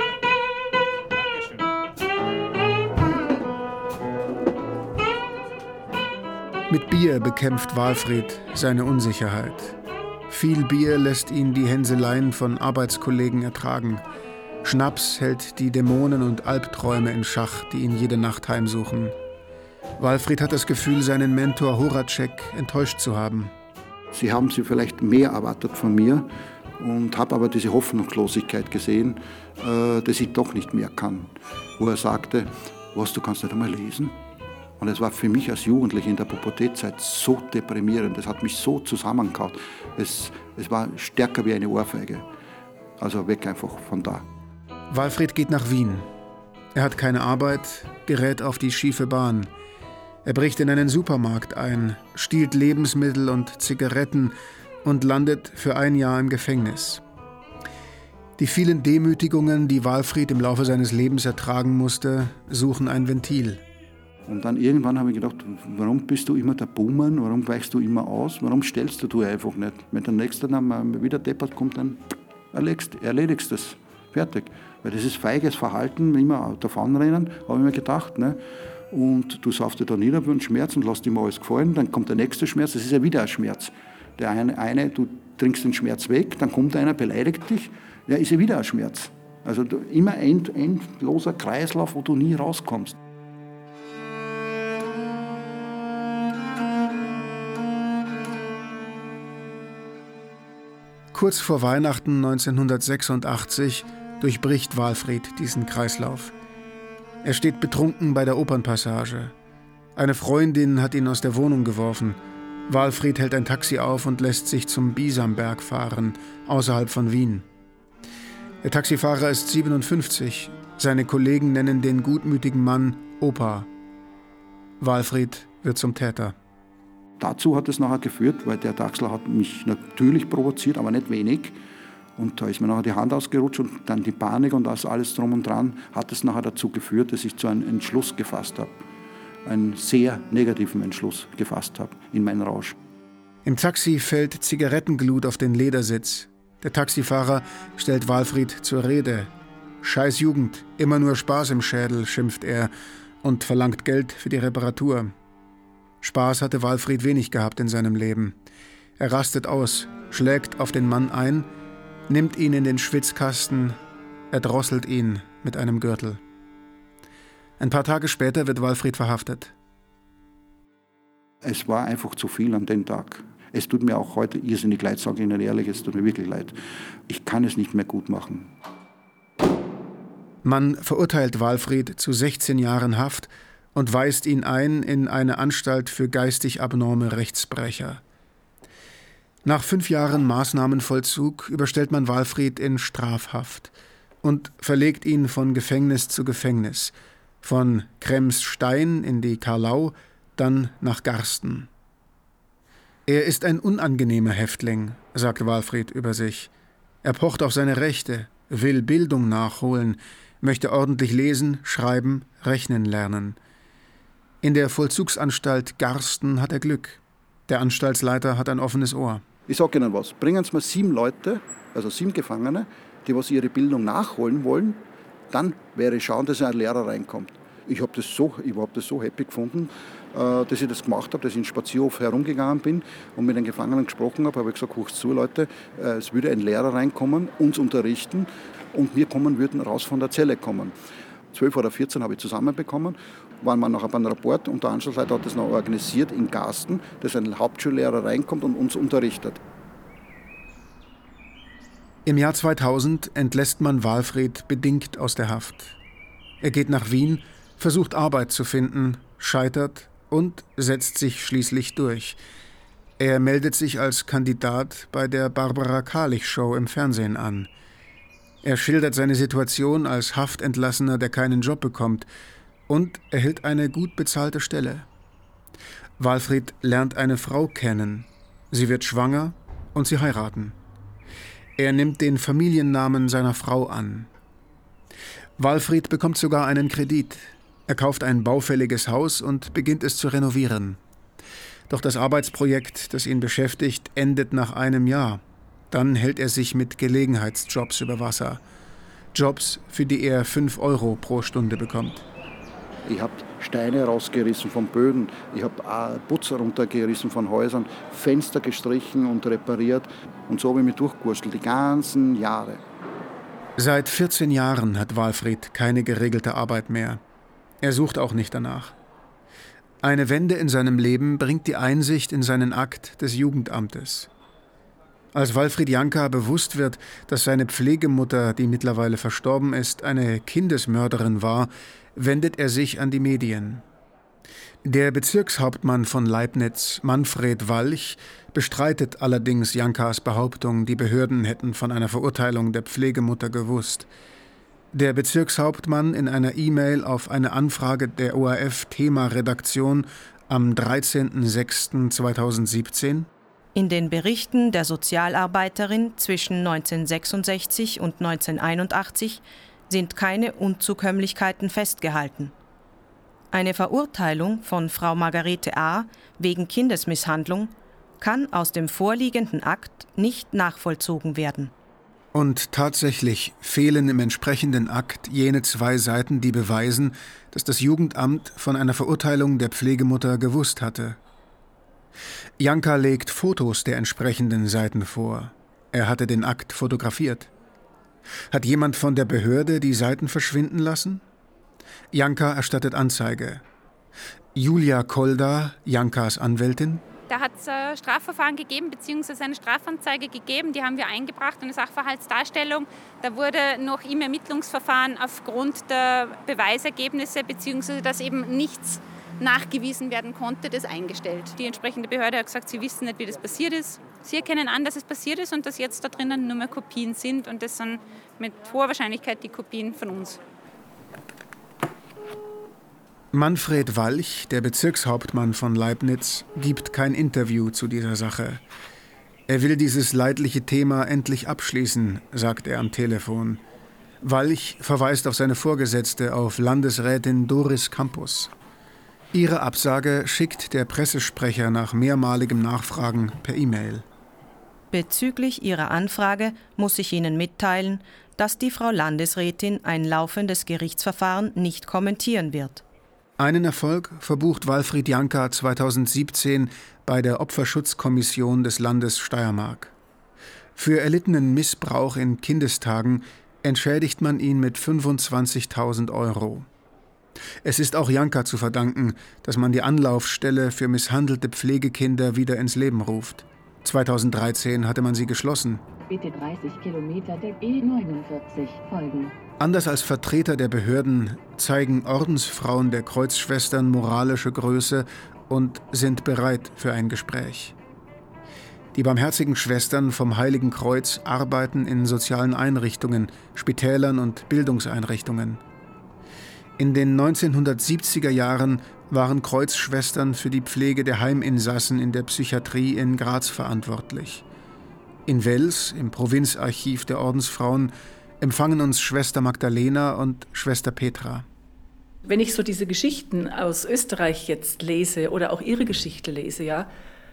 Mit Bier bekämpft Walfried seine Unsicherheit. Viel Bier lässt ihn die Hänseleien von Arbeitskollegen ertragen. Schnaps hält die Dämonen und Albträume in Schach, die ihn jede Nacht heimsuchen. Walfried hat das Gefühl, seinen Mentor Horacek enttäuscht zu haben. Sie haben vielleicht mehr erwartet von mir und habe aber diese Hoffnungslosigkeit gesehen, dass ich doch nicht mehr kann. Wo er sagte, was, du kannst nicht einmal lesen? Und es war für mich als Jugendlicher in der Pubertätzeit so deprimierend. Das hat mich so zusammengehauen. Es war stärker wie eine Ohrfeige. Also weg einfach von da. Walfried geht nach Wien. Er hat keine Arbeit, gerät auf die schiefe Bahn. Er bricht in einen Supermarkt ein, stiehlt Lebensmittel und Zigaretten und landet für 1 Jahr im Gefängnis. Die vielen Demütigungen, die Walfried im Laufe seines Lebens ertragen musste, suchen ein Ventil. Und dann irgendwann habe ich gedacht, warum bist du immer der Buhmann, warum weichst du immer aus, warum stellst du einfach nicht? Wenn der Nächste dann wieder deppert kommt, dann erledigst du das. Fertig. Weil das ist feiges Verhalten, immer davonrennen, habe ich mir gedacht. Ne? Und du saufst dir da nieder für einen Schmerz und lässt dir mal alles gefallen, dann kommt der nächste Schmerz, das ist ja wieder ein Schmerz. Der eine, du trinkst den Schmerz weg, dann kommt einer, beleidigt dich, ja, ist ja wieder ein Schmerz. Also immer ein endloser Kreislauf, wo du nie rauskommst. Kurz vor Weihnachten 1986 durchbricht Walfried diesen Kreislauf. Er steht betrunken bei der Opernpassage. Eine Freundin hat ihn aus der Wohnung geworfen. Walfried hält ein Taxi auf und lässt sich zum Bisamberg fahren, außerhalb von Wien. Der Taxifahrer ist 57. Seine Kollegen nennen den gutmütigen Mann Opa. Walfried wird zum Täter. Dazu hat es nachher geführt, weil der Dachsler hat mich natürlich provoziert, aber nicht wenig. Und da ist mir nachher die Hand ausgerutscht und dann die Panik und das alles drum und dran hat es nachher dazu geführt, dass ich zu einem Entschluss gefasst habe. Einen sehr negativen Entschluss gefasst habe in meinen Rausch. Im Taxi fällt Zigarettenglut auf den Ledersitz. Der Taxifahrer stellt Walfried zur Rede. Scheiß Jugend, immer nur Spaß im Schädel, schimpft er und verlangt Geld für die Reparatur. Spaß hatte Walfried wenig gehabt in seinem Leben. Er rastet aus, schlägt auf den Mann ein, nimmt ihn in den Schwitzkasten, erdrosselt ihn mit einem Gürtel. Ein paar Tage später wird Walfried verhaftet. Es war einfach zu viel an dem Tag. Es tut mir auch heute irrsinnig leid, sage ich Ihnen ehrlich, es tut mir wirklich leid. Ich kann es nicht mehr gut machen. Man verurteilt Walfried zu 16 Jahren Haft und weist ihn ein in eine Anstalt für geistig abnorme Rechtsbrecher. Nach 5 Jahren Maßnahmenvollzug überstellt man Walfried in Strafhaft und verlegt ihn von Gefängnis zu Gefängnis, von Kremsstein in die Karlau, dann nach Garsten. Er ist ein unangenehmer Häftling, sagt Walfried über sich. Er pocht auf seine Rechte, will Bildung nachholen, möchte ordentlich lesen, schreiben, rechnen lernen. In der Vollzugsanstalt Garsten hat er Glück. Der Anstaltsleiter hat ein offenes Ohr. Ich sage Ihnen was, bringen Sie mir 7 Leute, also 7 Gefangene, die was ihre Bildung nachholen wollen, dann wäre ich schauen, dass ein Lehrer reinkommt. Ich habe das so happy gefunden, dass ich das gemacht habe, dass ich in den Spazierhof herumgegangen bin und mit den Gefangenen gesprochen habe. Habe ich gesagt, hört zu Leute, es würde ein Lehrer reinkommen, uns unterrichten und wir würden raus von der Zelle kommen. 12 oder 14 habe ich zusammenbekommen, waren wir nachher beim Rapport und der Anschlussleiter hat das noch organisiert in Garsten, dass ein Hauptschullehrer reinkommt und uns unterrichtet. Im Jahr 2000 entlässt man Walfried bedingt aus der Haft. Er geht nach Wien, versucht Arbeit zu finden, scheitert und setzt sich schließlich durch. Er meldet sich als Kandidat bei der Barbara-Karlich-Show im Fernsehen an. Er schildert seine Situation als Haftentlassener, der keinen Job bekommt, und erhält eine gut bezahlte Stelle. Walfried lernt eine Frau kennen. Sie wird schwanger und sie heiraten. Er nimmt den Familiennamen seiner Frau an. Walfried bekommt sogar einen Kredit. Er kauft ein baufälliges Haus und beginnt es zu renovieren. Doch das Arbeitsprojekt, das ihn beschäftigt, endet nach einem Jahr. Dann hält er sich mit Gelegenheitsjobs über Wasser. Jobs, für die er 5 € pro Stunde bekommt. Ich habe Steine rausgerissen von Böden, ich habe Putz runtergerissen von Häusern, Fenster gestrichen und repariert. Und so habe ich mich durchgewurstelt, die ganzen Jahre. Seit 14 Jahren hat Walfried keine geregelte Arbeit mehr. Er sucht auch nicht danach. Eine Wende in seinem Leben bringt die Einsicht in seinen Akt des Jugendamtes. Als Walfried Janka bewusst wird, dass seine Pflegemutter, die mittlerweile verstorben ist, eine Kindesmörderin war, wendet er sich an die Medien. Der Bezirkshauptmann von Leibniz, Manfred Walch, bestreitet allerdings Jankas Behauptung, die Behörden hätten von einer Verurteilung der Pflegemutter gewusst. Der Bezirkshauptmann in einer E-Mail auf eine Anfrage der ORF-Thema-Redaktion am 13.06.2017: In den Berichten der Sozialarbeiterin zwischen 1966 und 1981 sind keine Unzukömmlichkeiten festgehalten. Eine Verurteilung von Frau Margarete A. wegen Kindesmisshandlung kann aus dem vorliegenden Akt nicht nachvollzogen werden. Und tatsächlich fehlen im entsprechenden Akt jene 2 Seiten, die beweisen, dass das Jugendamt von einer Verurteilung der Pflegemutter gewusst hatte. Janka legt Fotos der entsprechenden Seiten vor. Er hatte den Akt fotografiert. Hat jemand von der Behörde die Seiten verschwinden lassen? Janka erstattet Anzeige. Julia Kolda, Jankas Anwältin: Da hat es ein Strafverfahren gegeben, beziehungsweise eine Strafanzeige gegeben. Die haben wir eingebracht, eine Sachverhaltsdarstellung. Da wurde noch im Ermittlungsverfahren aufgrund der Beweisergebnisse, beziehungsweise dass eben nichts nachgewiesen werden konnte, das eingestellt. Die entsprechende Behörde hat gesagt, sie wissen nicht, wie das passiert ist. Sie erkennen an, dass es passiert ist und dass jetzt da drinnen nur mehr Kopien sind. Und das sind mit hoher Wahrscheinlichkeit die Kopien von uns. Manfred Walch, der Bezirkshauptmann von Leibniz, gibt kein Interview zu dieser Sache. Er will dieses leidliche Thema endlich abschließen, sagt er am Telefon. Walch verweist auf seine Vorgesetzte, auf Landesrätin Doris Campus. Ihre Absage schickt der Pressesprecher nach mehrmaligem Nachfragen per E-Mail. Bezüglich Ihrer Anfrage muss ich Ihnen mitteilen, dass die Frau Landesrätin ein laufendes Gerichtsverfahren nicht kommentieren wird. Einen Erfolg verbucht Walfried Janka 2017 bei der Opferschutzkommission des Landes Steiermark. Für erlittenen Missbrauch in Kindestagen entschädigt man ihn mit 25.000 €. Es ist auch Janka zu verdanken, dass man die Anlaufstelle für misshandelte Pflegekinder wieder ins Leben ruft. 2013 hatte man sie geschlossen. Bitte 30 Kilometer der E49 folgen. Anders als Vertreter der Behörden zeigen Ordensfrauen der Kreuzschwestern moralische Größe und sind bereit für ein Gespräch. Die barmherzigen Schwestern vom Heiligen Kreuz arbeiten in sozialen Einrichtungen, Spitälern und Bildungseinrichtungen. In den 1970er Jahren waren Kreuzschwestern für die Pflege der Heiminsassen in der Psychiatrie in Graz verantwortlich. In Wels, im Provinzarchiv der Ordensfrauen, empfangen uns Schwester Magdalena und Schwester Petra. Wenn ich so diese Geschichten aus Österreich jetzt lese oder auch Ihre Geschichte lese, ja,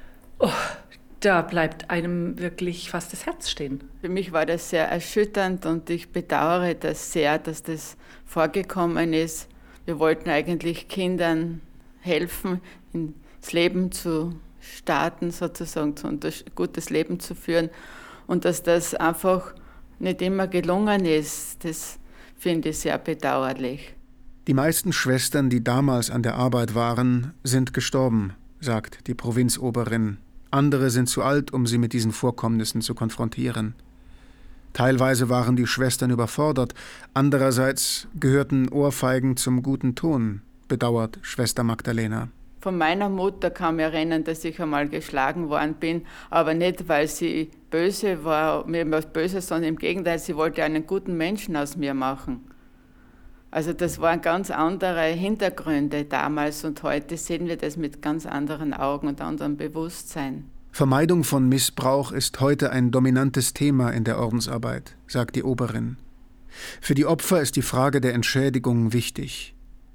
da bleibt einem wirklich fast das Herz stehen. Für mich war das sehr erschütternd und ich bedauere das sehr, dass das vorgekommen ist. Wir wollten eigentlich Kindern helfen, ins Leben zu starten, sozusagen, ein gutes Leben zu führen. Und dass das einfach nicht immer gelungen ist, das finde ich sehr bedauerlich. Die meisten Schwestern, die damals an der Arbeit waren, sind gestorben, sagt die Provinzoberin. Andere sind zu alt, um sie mit diesen Vorkommnissen zu konfrontieren. Teilweise waren die Schwestern überfordert, andererseits gehörten Ohrfeigen zum guten Ton, bedauert Schwester Magdalena. Von meiner Mutter kann ich mich erinnern, dass ich einmal geschlagen worden bin, aber nicht, weil sie böse war, mir was Böses, sondern im Gegenteil, sie wollte einen guten Menschen aus mir machen. Also das waren ganz andere Hintergründe damals und heute sehen wir das mit ganz anderen Augen und anderem Bewusstsein. Vermeidung von Missbrauch ist heute ein dominantes Thema in der Ordensarbeit, sagt die Oberin. Für die Opfer ist die Frage der Entschädigung wichtig.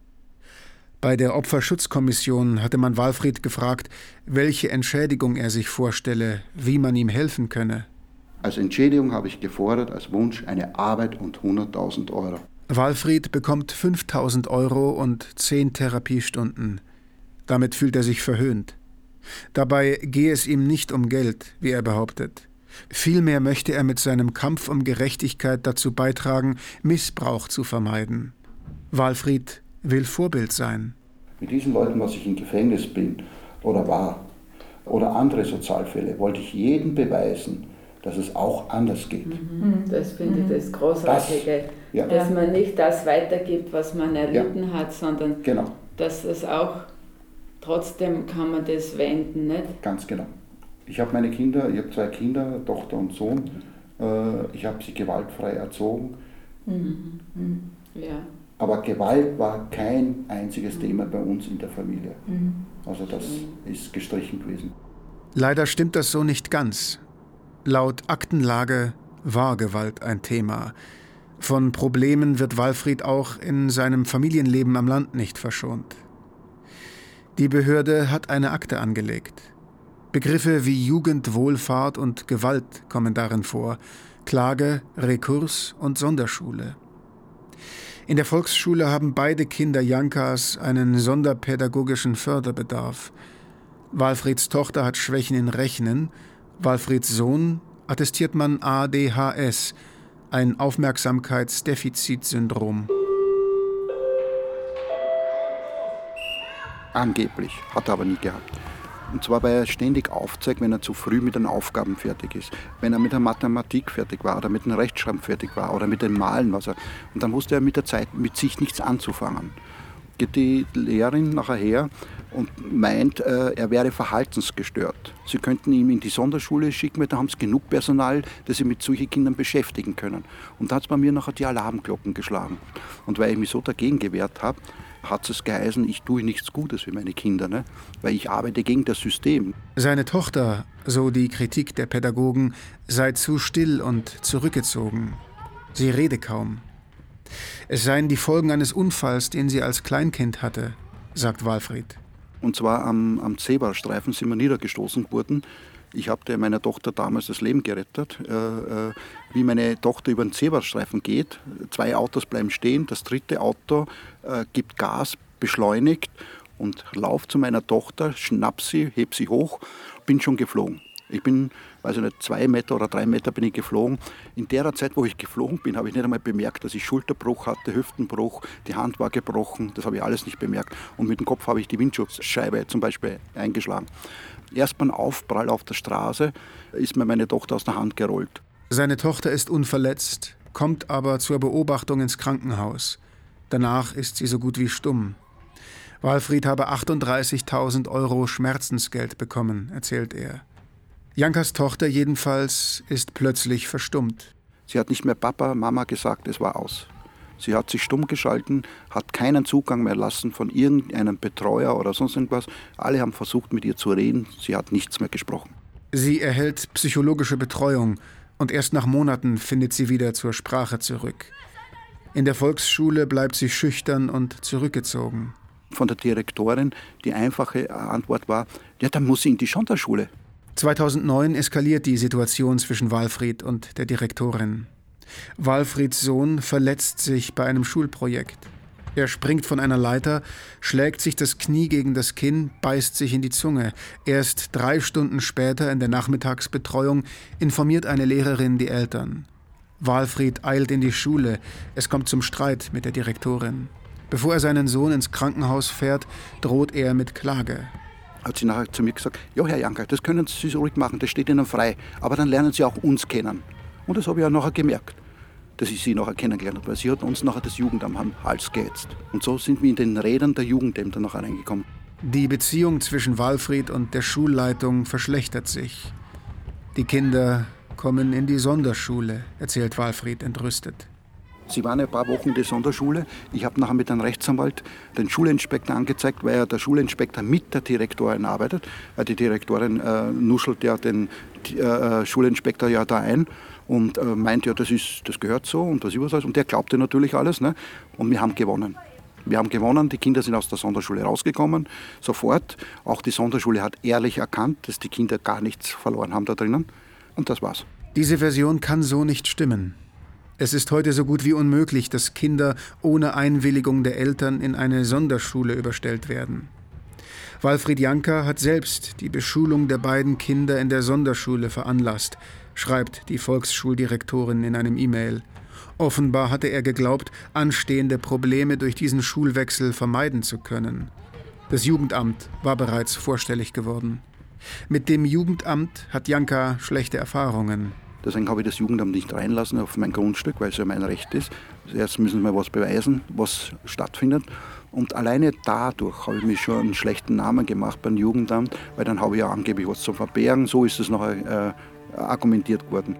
Bei der Opferschutzkommission hatte man Walfried gefragt, welche Entschädigung er sich vorstelle, wie man ihm helfen könne. Als Entschädigung habe ich gefordert, als Wunsch, eine Arbeit und 100.000 €. Walfried bekommt 5.000 € und 10 Therapiestunden. Damit fühlt er sich verhöhnt. Dabei gehe es ihm nicht um Geld, wie er behauptet. Vielmehr möchte er mit seinem Kampf um Gerechtigkeit dazu beitragen, Missbrauch zu vermeiden. Walfried will Vorbild sein. Mit diesen Leuten, was ich im Gefängnis bin oder war, oder andere Sozialfälle, wollte ich jedem beweisen, dass es auch anders geht. Das finde ich das Großartige, dass man nicht das weitergibt, was man erlitten hat, sondern dass es auch trotzdem kann man das wenden, nicht? Ganz genau. Ich habe meine Kinder, ich habe 2 Kinder, Tochter und Sohn. Ich habe sie gewaltfrei erzogen. Ja. Aber Gewalt war kein einziges Thema bei uns in der Familie. Also das ist gestrichen gewesen. Leider stimmt das so nicht ganz. Laut Aktenlage war Gewalt ein Thema. Von Problemen wird Walfried auch in seinem Familienleben am Land nicht verschont. Die Behörde hat eine Akte angelegt. Begriffe wie Jugendwohlfahrt und Gewalt kommen darin vor, Klage, Rekurs und Sonderschule. In der Volksschule haben beide Kinder Jankas einen sonderpädagogischen Förderbedarf. Walfrieds Tochter hat Schwächen in Rechnen, Walfrieds Sohn attestiert man ADHS, ein Aufmerksamkeitsdefizitsyndrom. Angeblich, hat er aber nie gehabt. Und zwar, weil er ständig aufzeigt, wenn er zu früh mit den Aufgaben fertig ist. Wenn er mit der Mathematik fertig war oder mit dem Rechtschreiben fertig war oder mit dem Malen. Und dann wusste er mit der Zeit mit sich nichts anzufangen. Geht die Lehrerin nachher her und meint, er wäre verhaltensgestört. Sie könnten ihn in die Sonderschule schicken, weil da haben sie genug Personal, das sie mit solchen Kindern beschäftigen können. Und da hat es bei mir nachher die Alarmglocken geschlagen. Und weil ich mich so dagegen gewehrt habe, hat es geheißen, ich tue nichts Gutes für meine Kinder, ne? Weil ich arbeite gegen das System. Seine Tochter, so die Kritik der Pädagogen, sei zu still und zurückgezogen. Sie rede kaum. Es seien die Folgen eines Unfalls, den sie als Kleinkind hatte, sagt Walfried. Und zwar am Zebrastreifen sind wir niedergestoßen worden. Ich habe meiner Tochter damals das Leben gerettet. Wie meine Tochter über den Zebrastreifen geht, 2 Autos bleiben stehen, das 3. Auto gibt Gas, beschleunigt und laufe zu meiner Tochter, schnapp sie, heb sie hoch, bin schon geflogen. Ich bin, weiß ich nicht, 2 Meter oder 3 Meter bin ich geflogen. In der Zeit, wo ich geflogen bin, habe ich nicht einmal bemerkt, dass ich Schulterbruch hatte, Hüftenbruch, die Hand war gebrochen, das habe ich alles nicht bemerkt. Und mit dem Kopf habe ich die Windschutzscheibe zum Beispiel eingeschlagen. Erst beim Aufprall auf der Straße ist mir meine Tochter aus der Hand gerollt. Seine Tochter ist unverletzt, kommt aber zur Beobachtung ins Krankenhaus. Danach ist sie so gut wie stumm. Walfried habe 38.000 € Schmerzensgeld bekommen, erzählt er. Jankas Tochter jedenfalls ist plötzlich verstummt. Sie hat nicht mehr Papa, Mama gesagt, es war aus. Sie hat sich stumm geschalten, hat keinen Zugang mehr lassen von irgendeinem Betreuer oder sonst irgendwas. Alle haben versucht, mit ihr zu reden. Sie hat nichts mehr gesprochen. Sie erhält psychologische Betreuung und erst nach Monaten findet sie wieder zur Sprache zurück. In der Volksschule bleibt sie schüchtern und zurückgezogen. Von der Direktorin die einfache Antwort war, ja, dann muss sie in die Sonderschule. 2009 eskaliert die Situation zwischen Walfried und der Direktorin. Walfrieds Sohn verletzt sich bei einem Schulprojekt. Er springt von einer Leiter, schlägt sich das Knie gegen das Kinn, beißt sich in die Zunge. Erst 3 Stunden später in der Nachmittagsbetreuung informiert eine Lehrerin die Eltern. Walfried eilt in die Schule. Es kommt zum Streit mit der Direktorin. Bevor er seinen Sohn ins Krankenhaus fährt, droht er mit Klage. Hat sie nachher zu mir gesagt, ja, Herr Janker, das können Sie so ruhig machen, das steht Ihnen frei. Aber dann lernen Sie auch uns kennen. Und das habe ich auch nachher gemerkt, dass ich sie nachher kennengelernt habe, weil sie hat uns nachher das Jugendamt am Hals gehetzt. Und so sind wir in den Rädern der Jugendämter nachher reingekommen. Die Beziehung zwischen Walfried und der Schulleitung verschlechtert sich. Die Kinder kommen in die Sonderschule, erzählt Walfried entrüstet. Sie waren ein paar Wochen in der Sonderschule. Ich habe nachher mit einem Rechtsanwalt den Schulinspektor angezeigt, weil ja der Schulinspektor mit der Direktorin arbeitet. Weil die Direktorin nuschelt ja den Schulinspektor ja da ein und meint ja, das gehört so und was alles. Und der glaubte natürlich alles. Ne? Und wir haben gewonnen. Wir haben gewonnen, die Kinder sind aus der Sonderschule rausgekommen, sofort. Auch die Sonderschule hat ehrlich erkannt, dass die Kinder gar nichts verloren haben da drinnen. Und das war's. Diese Version kann so nicht stimmen. Es ist heute so gut wie unmöglich, dass Kinder ohne Einwilligung der Eltern in eine Sonderschule überstellt werden. Walfried Janka hat selbst die Beschulung der beiden Kinder in der Sonderschule veranlasst, schreibt die Volksschuldirektorin in einem E-Mail. Offenbar hatte er geglaubt, anstehende Probleme durch diesen Schulwechsel vermeiden zu können. Das Jugendamt war bereits vorstellig geworden. Mit dem Jugendamt hat Janka schlechte Erfahrungen. Deswegen habe ich das Jugendamt nicht reinlassen auf mein Grundstück, weil es ja mein Recht ist. Erst müssen wir was beweisen, was stattfindet. Und alleine dadurch habe ich mir schon einen schlechten Namen gemacht beim Jugendamt, weil dann habe ich ja angeblich was zu verbergen. So ist es nachher argumentiert worden.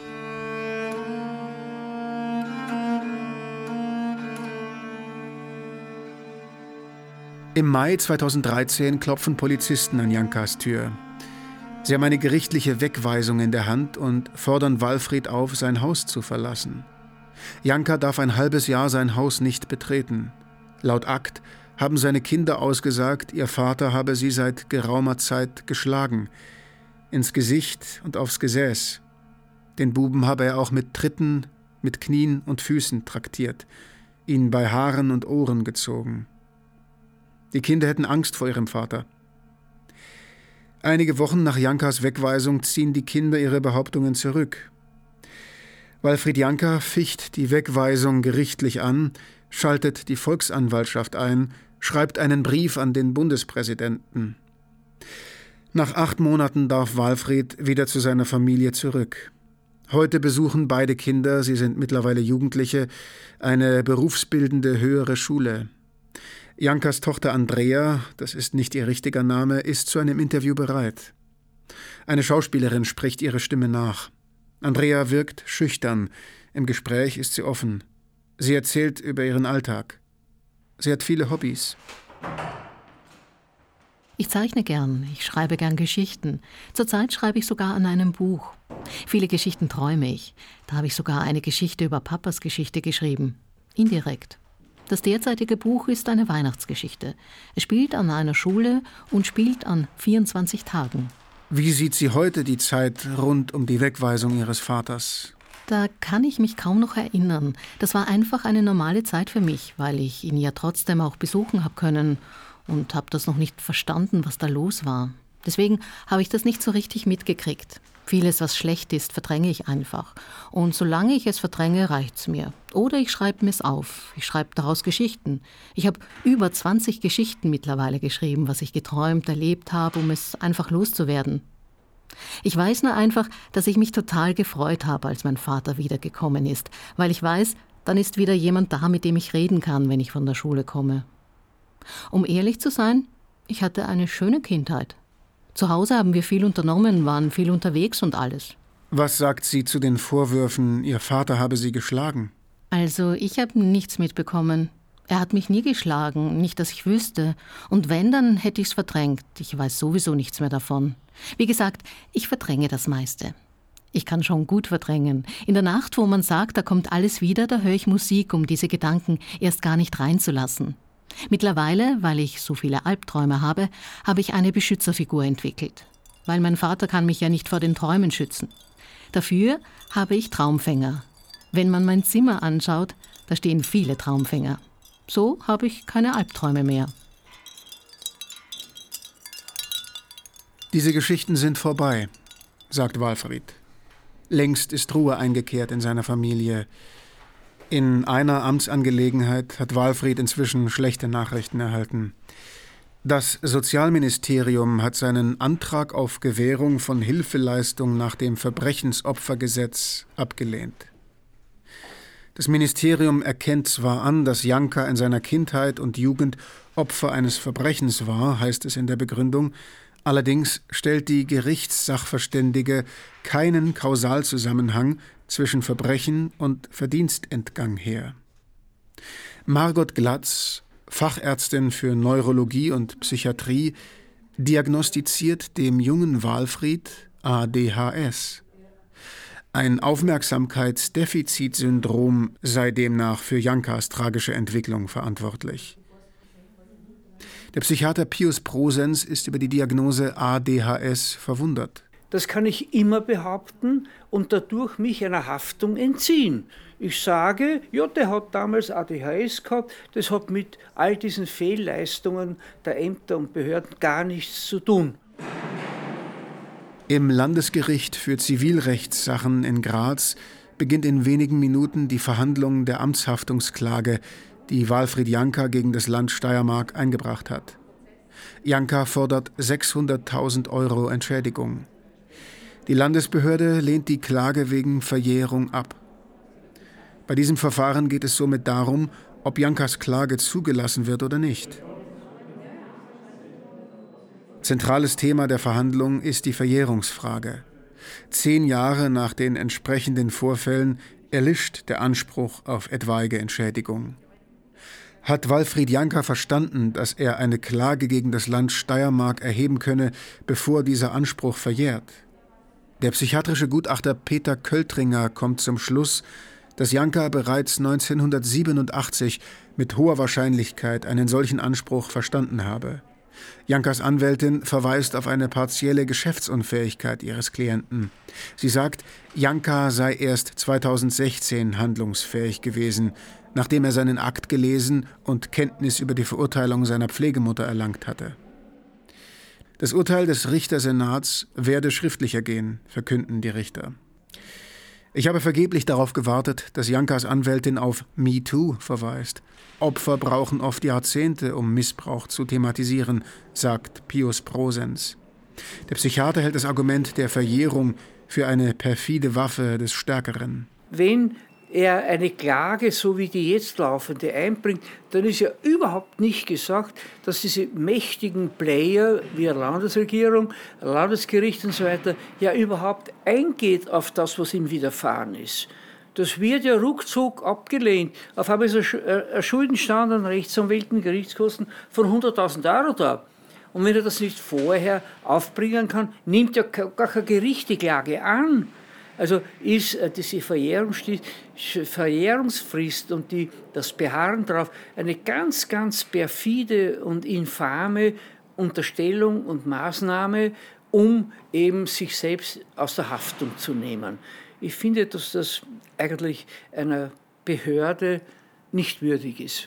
Im Mai 2013 klopfen Polizisten an Jankas Tür. Sie haben eine gerichtliche Wegweisung in der Hand und fordern Walfried auf, sein Haus zu verlassen. Janka darf ein halbes Jahr sein Haus nicht betreten. Laut Akt haben seine Kinder ausgesagt, ihr Vater habe sie seit geraumer Zeit geschlagen. Ins Gesicht und aufs Gesäß. Den Buben habe er auch mit Tritten, mit Knien und Füßen traktiert, ihn bei Haaren und Ohren gezogen. Die Kinder hätten Angst vor ihrem Vater. Einige Wochen nach Jankas Wegweisung ziehen die Kinder ihre Behauptungen zurück. Walfried Janka ficht die Wegweisung gerichtlich an, schaltet die Volksanwaltschaft ein, schreibt einen Brief an den Bundespräsidenten. Nach 8 Monaten darf Walfried wieder zu seiner Familie zurück. Heute besuchen beide Kinder, sie sind mittlerweile Jugendliche, eine berufsbildende höhere Schule. Jankas Tochter Andrea, das ist nicht ihr richtiger Name, ist zu einem Interview bereit. Eine Schauspielerin spricht ihre Stimme nach. Andrea wirkt schüchtern, im Gespräch ist sie offen. Sie erzählt über ihren Alltag. Sie hat viele Hobbys. Ich zeichne gern, ich schreibe gern Geschichten. Zurzeit schreibe ich sogar an einem Buch. Viele Geschichten träume ich. Da habe ich sogar eine Geschichte über Papas Geschichte geschrieben. Indirekt. Das derzeitige Buch ist eine Weihnachtsgeschichte. Es spielt an einer Schule und spielt an 24 Tagen. Wie sieht sie heute die Zeit rund um die Wegweisung ihres Vaters? Da kann ich mich kaum noch erinnern. Das war einfach eine normale Zeit für mich, weil ich ihn ja trotzdem auch besuchen habe können und habe das noch nicht verstanden, was da los war. Deswegen habe ich das nicht so richtig mitgekriegt. Vieles, was schlecht ist, verdränge ich einfach. Und solange ich es verdränge, reicht's mir. Oder ich schreibe mir's auf. Ich schreibe daraus Geschichten. Ich habe über 20 Geschichten mittlerweile geschrieben, was ich geträumt, erlebt habe, um es einfach loszuwerden. Ich weiß nur einfach, dass ich mich total gefreut habe, als mein Vater wiedergekommen ist, weil ich weiß, dann ist wieder jemand da, mit dem ich reden kann, wenn ich von der Schule komme. Um ehrlich zu sein, ich hatte eine schöne Kindheit. Zu Hause haben wir viel unternommen, waren viel unterwegs und alles. Was sagt sie zu den Vorwürfen, ihr Vater habe sie geschlagen? Also, ich habe nichts mitbekommen. Er hat mich nie geschlagen, nicht, dass ich wüsste. Und wenn, dann hätte ich's verdrängt. Ich weiß sowieso nichts mehr davon. Wie gesagt, ich verdränge das meiste. Ich kann schon gut verdrängen. In der Nacht, wo man sagt, da kommt alles wieder, da höre ich Musik, um diese Gedanken erst gar nicht reinzulassen. Mittlerweile, weil ich so viele Albträume habe ich eine Beschützerfigur entwickelt. Weil mein Vater kann mich ja nicht vor den Träumen schützen. Dafür habe ich Traumfänger. Wenn man mein Zimmer anschaut, da stehen viele Traumfänger. So habe ich keine Albträume mehr. Diese Geschichten sind vorbei, sagt Walfried. Längst ist Ruhe eingekehrt in seiner Familie. In einer Amtsangelegenheit hat Walfried inzwischen schlechte Nachrichten erhalten. Das Sozialministerium hat seinen Antrag auf Gewährung von Hilfeleistung nach dem Verbrechensopfergesetz abgelehnt. Das Ministerium erkennt zwar an, dass Janka in seiner Kindheit und Jugend Opfer eines Verbrechens war, heißt es in der Begründung, allerdings stellt die Gerichtssachverständige keinen Kausalzusammenhang zwischen Verbrechen und Verdienstentgang her. Margot Glatz, Fachärztin für Neurologie und Psychiatrie, diagnostiziert dem jungen Walfried ADHS. Ein Aufmerksamkeitsdefizitsyndrom sei demnach für Jankas tragische Entwicklung verantwortlich. Der Psychiater Pius Prosens ist über die Diagnose ADHS verwundert. Das kann ich immer behaupten und dadurch mich einer Haftung entziehen. Ich sage, ja, der hat damals ADHS gehabt, das hat mit all diesen Fehlleistungen der Ämter und Behörden gar nichts zu tun. Im Landesgericht für Zivilrechtssachen in Graz beginnt in wenigen Minuten die Verhandlung der Amtshaftungsklage, die Walfried Janka gegen das Land Steiermark eingebracht hat. Janka fordert 600.000 € Entschädigung. Die Landesbehörde lehnt die Klage wegen Verjährung ab. Bei diesem Verfahren geht es somit darum, ob Jankas Klage zugelassen wird oder nicht. Zentrales Thema der Verhandlung ist die Verjährungsfrage. 10 Jahre nach den entsprechenden Vorfällen erlischt der Anspruch auf etwaige Entschädigung. Hat Walfried Janka verstanden, dass er eine Klage gegen das Land Steiermark erheben könne, bevor dieser Anspruch verjährt? Der psychiatrische Gutachter Peter Költringer kommt zum Schluss, dass Janka bereits 1987 mit hoher Wahrscheinlichkeit einen solchen Anspruch verstanden habe. Jankas Anwältin verweist auf eine partielle Geschäftsunfähigkeit ihres Klienten. Sie sagt, Janka sei erst 2016 handlungsfähig gewesen, nachdem er seinen Akt gelesen und Kenntnis über die Verurteilung seiner Pflegemutter erlangt hatte. Das Urteil des Richtersenats werde schriftlicher gehen, verkünden die Richter. Ich habe vergeblich darauf gewartet, dass Jankas Anwältin auf MeToo verweist. Opfer brauchen oft Jahrzehnte, um Missbrauch zu thematisieren, sagt Pius Prosens. Der Psychiater hält das Argument der Verjährung für eine perfide Waffe des Stärkeren. Wenn er eine Klage, so wie die jetzt laufende, einbringt, dann ist ja überhaupt nicht gesagt, dass diese mächtigen Player wie eine Landesregierung, ein Landesgericht und so weiter ja überhaupt eingeht auf das, was ihm widerfahren ist. Das wird ja ruckzuck abgelehnt. Auf einmal ist ein Schuldenstand an Rechtsanwälten, Gerichtskosten von 100.000 € da. Und wenn er das nicht vorher aufbringen kann, nimmt er gar keine Gerichtsklage an. Also ist diese Verjährungsfrist und das Beharren darauf eine ganz, ganz perfide und infame Unterstellung und Maßnahme, um eben sich selbst aus der Haftung zu nehmen. Ich finde, dass das eigentlich einer Behörde nicht würdig ist.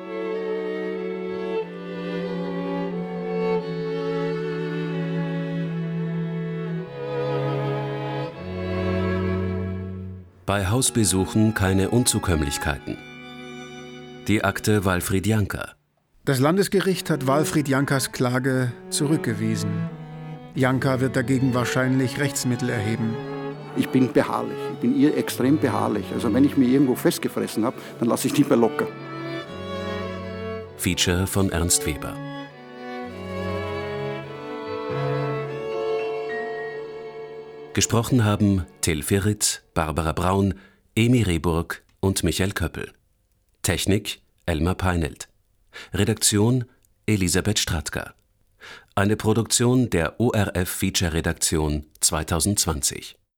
Bei Hausbesuchen keine Unzukömmlichkeiten. Die Akte Walfried Janka. Das Landesgericht hat Walfried Jankas Klage zurückgewiesen. Janka wird dagegen wahrscheinlich Rechtsmittel erheben. Ich bin beharrlich, ich bin ihr extrem beharrlich. Also wenn ich mir irgendwo festgefressen habe, dann lasse ich nicht mehr locker. Feature von Ernst Weber. Gesprochen haben Till Firrit, Barbara Braun, Emi Rehburg und Michael Köppel. Technik Elmar Peinelt. Redaktion Elisabeth Stratka. Eine Produktion der ORF Feature Redaktion 2020.